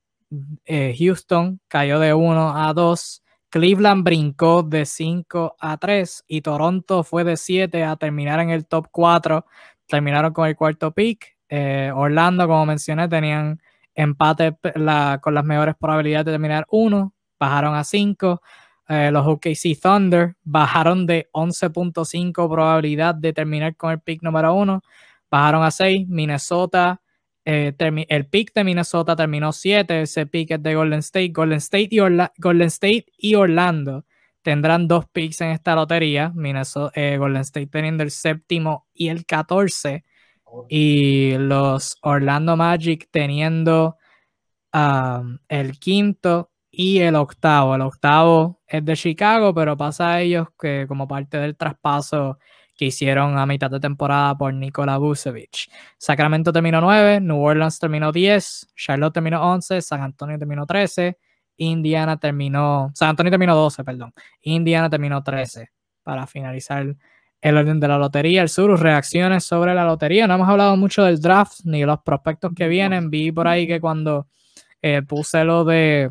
Eh, Houston cayó de uno a dos. Cleveland brincó de cinco a tres y Toronto fue de siete a terminar en el top cuatro. Terminaron con el cuarto pick. Eh, Orlando, como mencioné, tenían empate la, con las mejores probabilidades de terminar uno. Bajaron a cinco. Eh, los O K C Thunder bajaron de once punto cinco probabilidad de terminar con el pick número uno. Bajaron a seis. Minnesota, eh, el pick de Minnesota terminó siete. Ese pick es de Golden State. Golden State y, Orla Golden State y Orlando tendrán dos picks en esta lotería. Minnesota, eh, Golden State teniendo el séptimo y el catorce. Y los Orlando Magic teniendo um, el quinto y el octavo. El octavo es de Chicago, pero pasa a ellos que como parte del traspaso que hicieron a mitad de temporada por Nikola Vucevic. Sacramento terminó nueve, New Orleans terminó diez, Charlotte terminó once, San Antonio terminó trece, Indiana terminó, San Antonio terminó doce, perdón, Indiana terminó trece para finalizar el orden de la lotería. El sur, reacciones sobre la lotería. No hemos hablado mucho del draft ni de los prospectos que vienen. Vi por ahí que cuando eh, puse lo de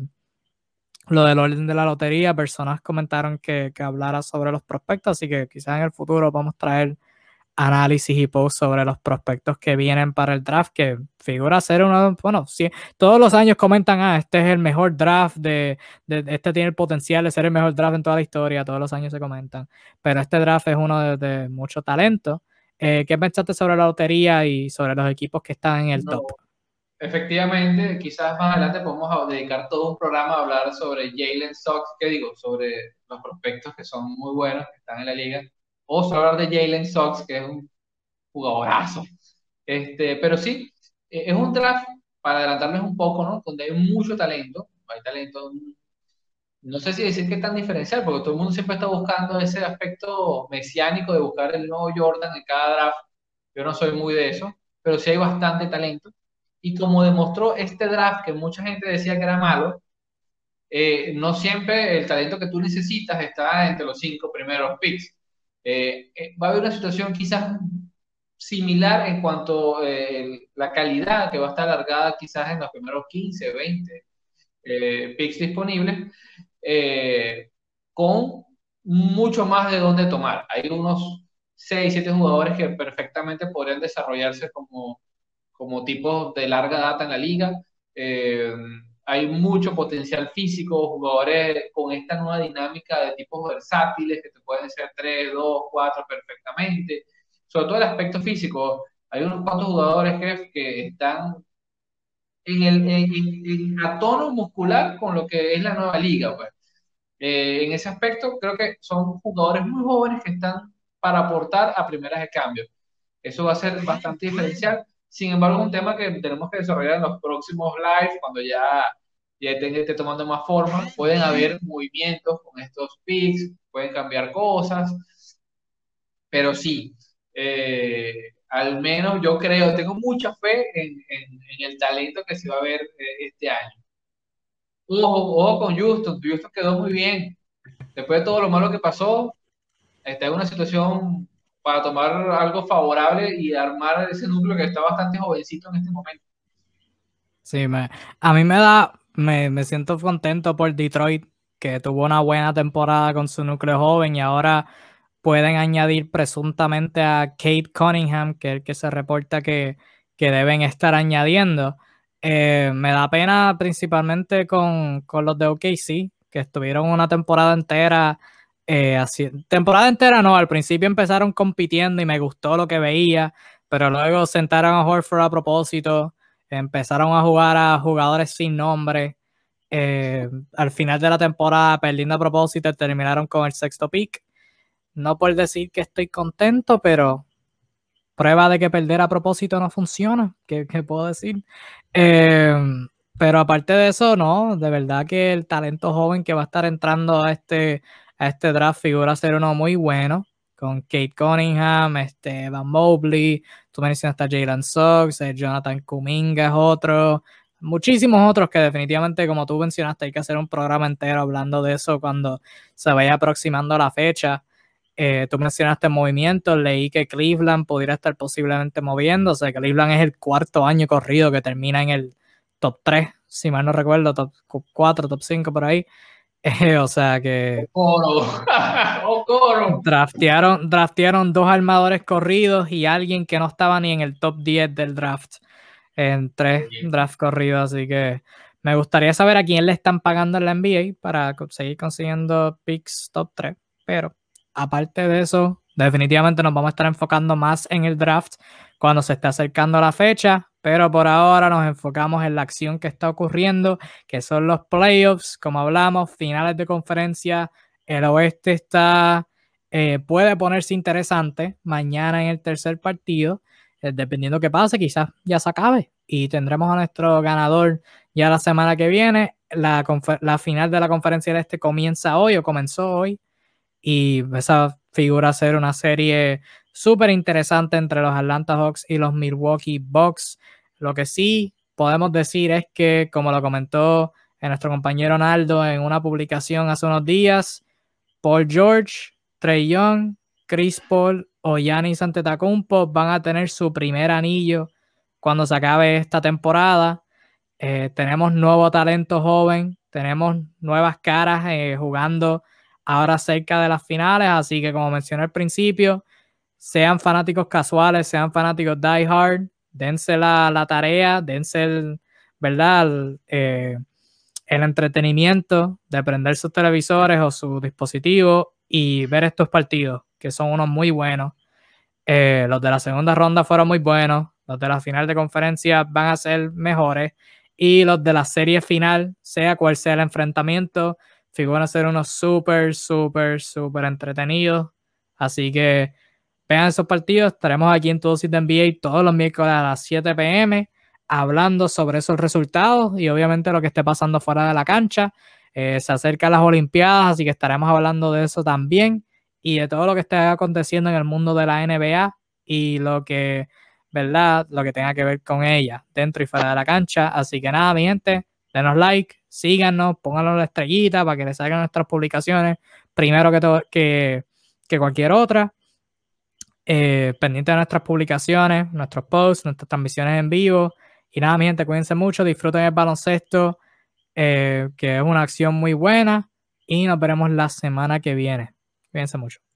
lo del orden de la lotería, personas comentaron que, que hablara sobre los prospectos, así que quizás en el futuro vamos a traer análisis y posts sobre los prospectos que vienen para el draft, que figura ser uno, bueno, sí, todos los años comentan, ah, este es el mejor draft, de, de este tiene el potencial de ser el mejor draft en toda la historia, todos los años se comentan, pero este draft es uno de, de mucho talento. Eh, ¿qué pensaste sobre la lotería y sobre los equipos que están en el No, top? efectivamente, quizás más adelante podemos a- dedicar todo un programa a hablar sobre Jalen Suggs, que digo, sobre los prospectos que son muy buenos, que están en la liga, o sobre hablar de Jalen Suggs, que es un jugadorazo. Este, pero sí, eh, es un draft, para adelantarles un poco, ¿no? Donde hay mucho talento, hay talento, no sé si decir que es tan diferencial, porque todo el mundo siempre está buscando ese aspecto mesiánico de buscar el nuevo Jordan en cada draft. Yo no soy muy de eso, pero sí hay bastante talento. Y como demostró este draft, que mucha gente decía que era malo, eh, no siempre el talento que tú necesitas está entre los cinco primeros picks. Eh, eh, va a haber una situación quizás similar en cuanto a eh, la calidad que va a estar alargada quizás en los primeros quince, veinte eh, picks disponibles, eh, con mucho más de dónde tomar. Hay unos seis siete jugadores que perfectamente podrían desarrollarse como, como tipos de larga data en la liga. Eh, hay mucho potencial físico, jugadores con esta nueva dinámica de tipos versátiles que te pueden ser tres dos cuatro perfectamente. Sobre todo el aspecto físico. Hay unos cuantos jugadores que, que están en el en, en, a tono muscular con lo que es la nueva liga, pues. Eh, en ese aspecto, creo que son jugadores muy jóvenes que están para aportar a primeras de cambio. Eso va a ser bastante diferencial. Sin embargo, es un tema que tenemos que desarrollar en los próximos live, cuando ya, ya esté, esté tomando más forma. Pueden haber movimientos con estos picks, pueden cambiar cosas, pero sí, eh, al menos yo creo, tengo mucha fe en, en, en el talento que se va a ver eh, este año. Ojo, ojo con Houston, Houston quedó muy bien. Después de todo lo malo que pasó, está en una situación para tomar algo favorable y armar ese núcleo que está bastante jovencito en este momento. Sí, me, a mí me da, me, me siento contento por Detroit, que tuvo una buena temporada con su núcleo joven y ahora pueden añadir presuntamente a Kate Cunningham, que es el que se reporta que, que deben estar añadiendo. Eh, me da pena principalmente con, con los de O K C, que estuvieron una temporada entera, eh, así, temporada entera no, al principio empezaron compitiendo y me gustó lo que veía, pero luego sentaron a Horford a propósito, empezaron a jugar a jugadores sin nombre. Eh, al final de la temporada, perdiendo a propósito, terminaron con el sexto pick. No por decir que estoy contento, pero prueba de que perder a propósito no funciona. ¿Qué, qué puedo decir? Eh, pero aparte de eso, no, de verdad que el talento joven que va a estar entrando a este, a este draft figura ser uno muy bueno, con Kate Cunningham, este, Van Mobley, tú mencionaste a Jalen Suggs, eh, Jonathan Kuminga es otro, muchísimos otros que definitivamente, como tú mencionaste, hay que hacer un programa entero hablando de eso cuando se vaya aproximando la fecha. Eh, tú mencionaste movimientos, leí que Cleveland pudiera estar posiblemente moviéndose. Cleveland es el cuarto año corrido que termina en el top tres, si mal no recuerdo, top cuatro, top cinco por ahí. Eh, o sea que ¡Ocoro! ¡Ocoro! draftearon, draftearon dos armadores corridos y alguien que no estaba ni en el top diez del draft en tres drafts corridos. Así que me gustaría saber a quién le están pagando en la N B A para seguir consiguiendo picks top tres, pero aparte de eso, definitivamente nos vamos a estar enfocando más en el draft cuando se esté acercando la fecha, pero por ahora nos enfocamos en la acción que está ocurriendo, que son los playoffs, como hablamos, finales de conferencia. El oeste está, eh, puede ponerse interesante mañana en el tercer partido, eh, dependiendo qué pase, quizás ya se acabe y tendremos a nuestro ganador ya la semana que viene. la, la final de la Conferencia del Este comienza hoy o comenzó hoy, y esa figura ser una serie súper interesante entre los Atlanta Hawks y los Milwaukee Bucks. Lo que sí podemos decir es que, como lo comentó nuestro compañero Naldo en una publicación hace unos días, Paul George, Trae Young, Chris Paul o Giannis Antetokounmpo van a tener su primer anillo cuando se acabe esta temporada. Eh, tenemos nuevo talento joven, tenemos nuevas caras eh, jugando ahora cerca de las finales, así que como mencioné al principio, sean fanáticos casuales, sean fanáticos die hard, dense la, la tarea, dense el, ¿verdad? El, eh, el entretenimiento de prender sus televisores o sus dispositivos y ver estos partidos, que son unos muy buenos. Eh, los de la segunda ronda fueron muy buenos, los de la final de conferencia van a ser mejores, y los de la serie final, sea cual sea el enfrentamiento, figuran a ser unos súper, súper, súper entretenidos. Así que vean esos partidos. Estaremos aquí en Todo Sitio N B A todos los miércoles a las siete p m hablando sobre esos resultados y obviamente lo que esté pasando fuera de la cancha. Eh, se acercan las Olimpiadas, así que estaremos hablando de eso también y de todo lo que esté aconteciendo en el mundo de la N B A y lo que, ¿verdad? Lo que tenga que ver con ella, dentro y fuera de la cancha. Así que nada, mi gente, denos like, síganos, pónganlo en la estrellita para que les salgan nuestras publicaciones primero que, to- que, que cualquier otra. Eh, pendiente de nuestras publicaciones, nuestros posts, nuestras transmisiones en vivo. Y nada, mi gente, cuídense mucho, disfruten el baloncesto, eh, que es una acción muy buena. Y nos veremos la semana que viene. Cuídense mucho.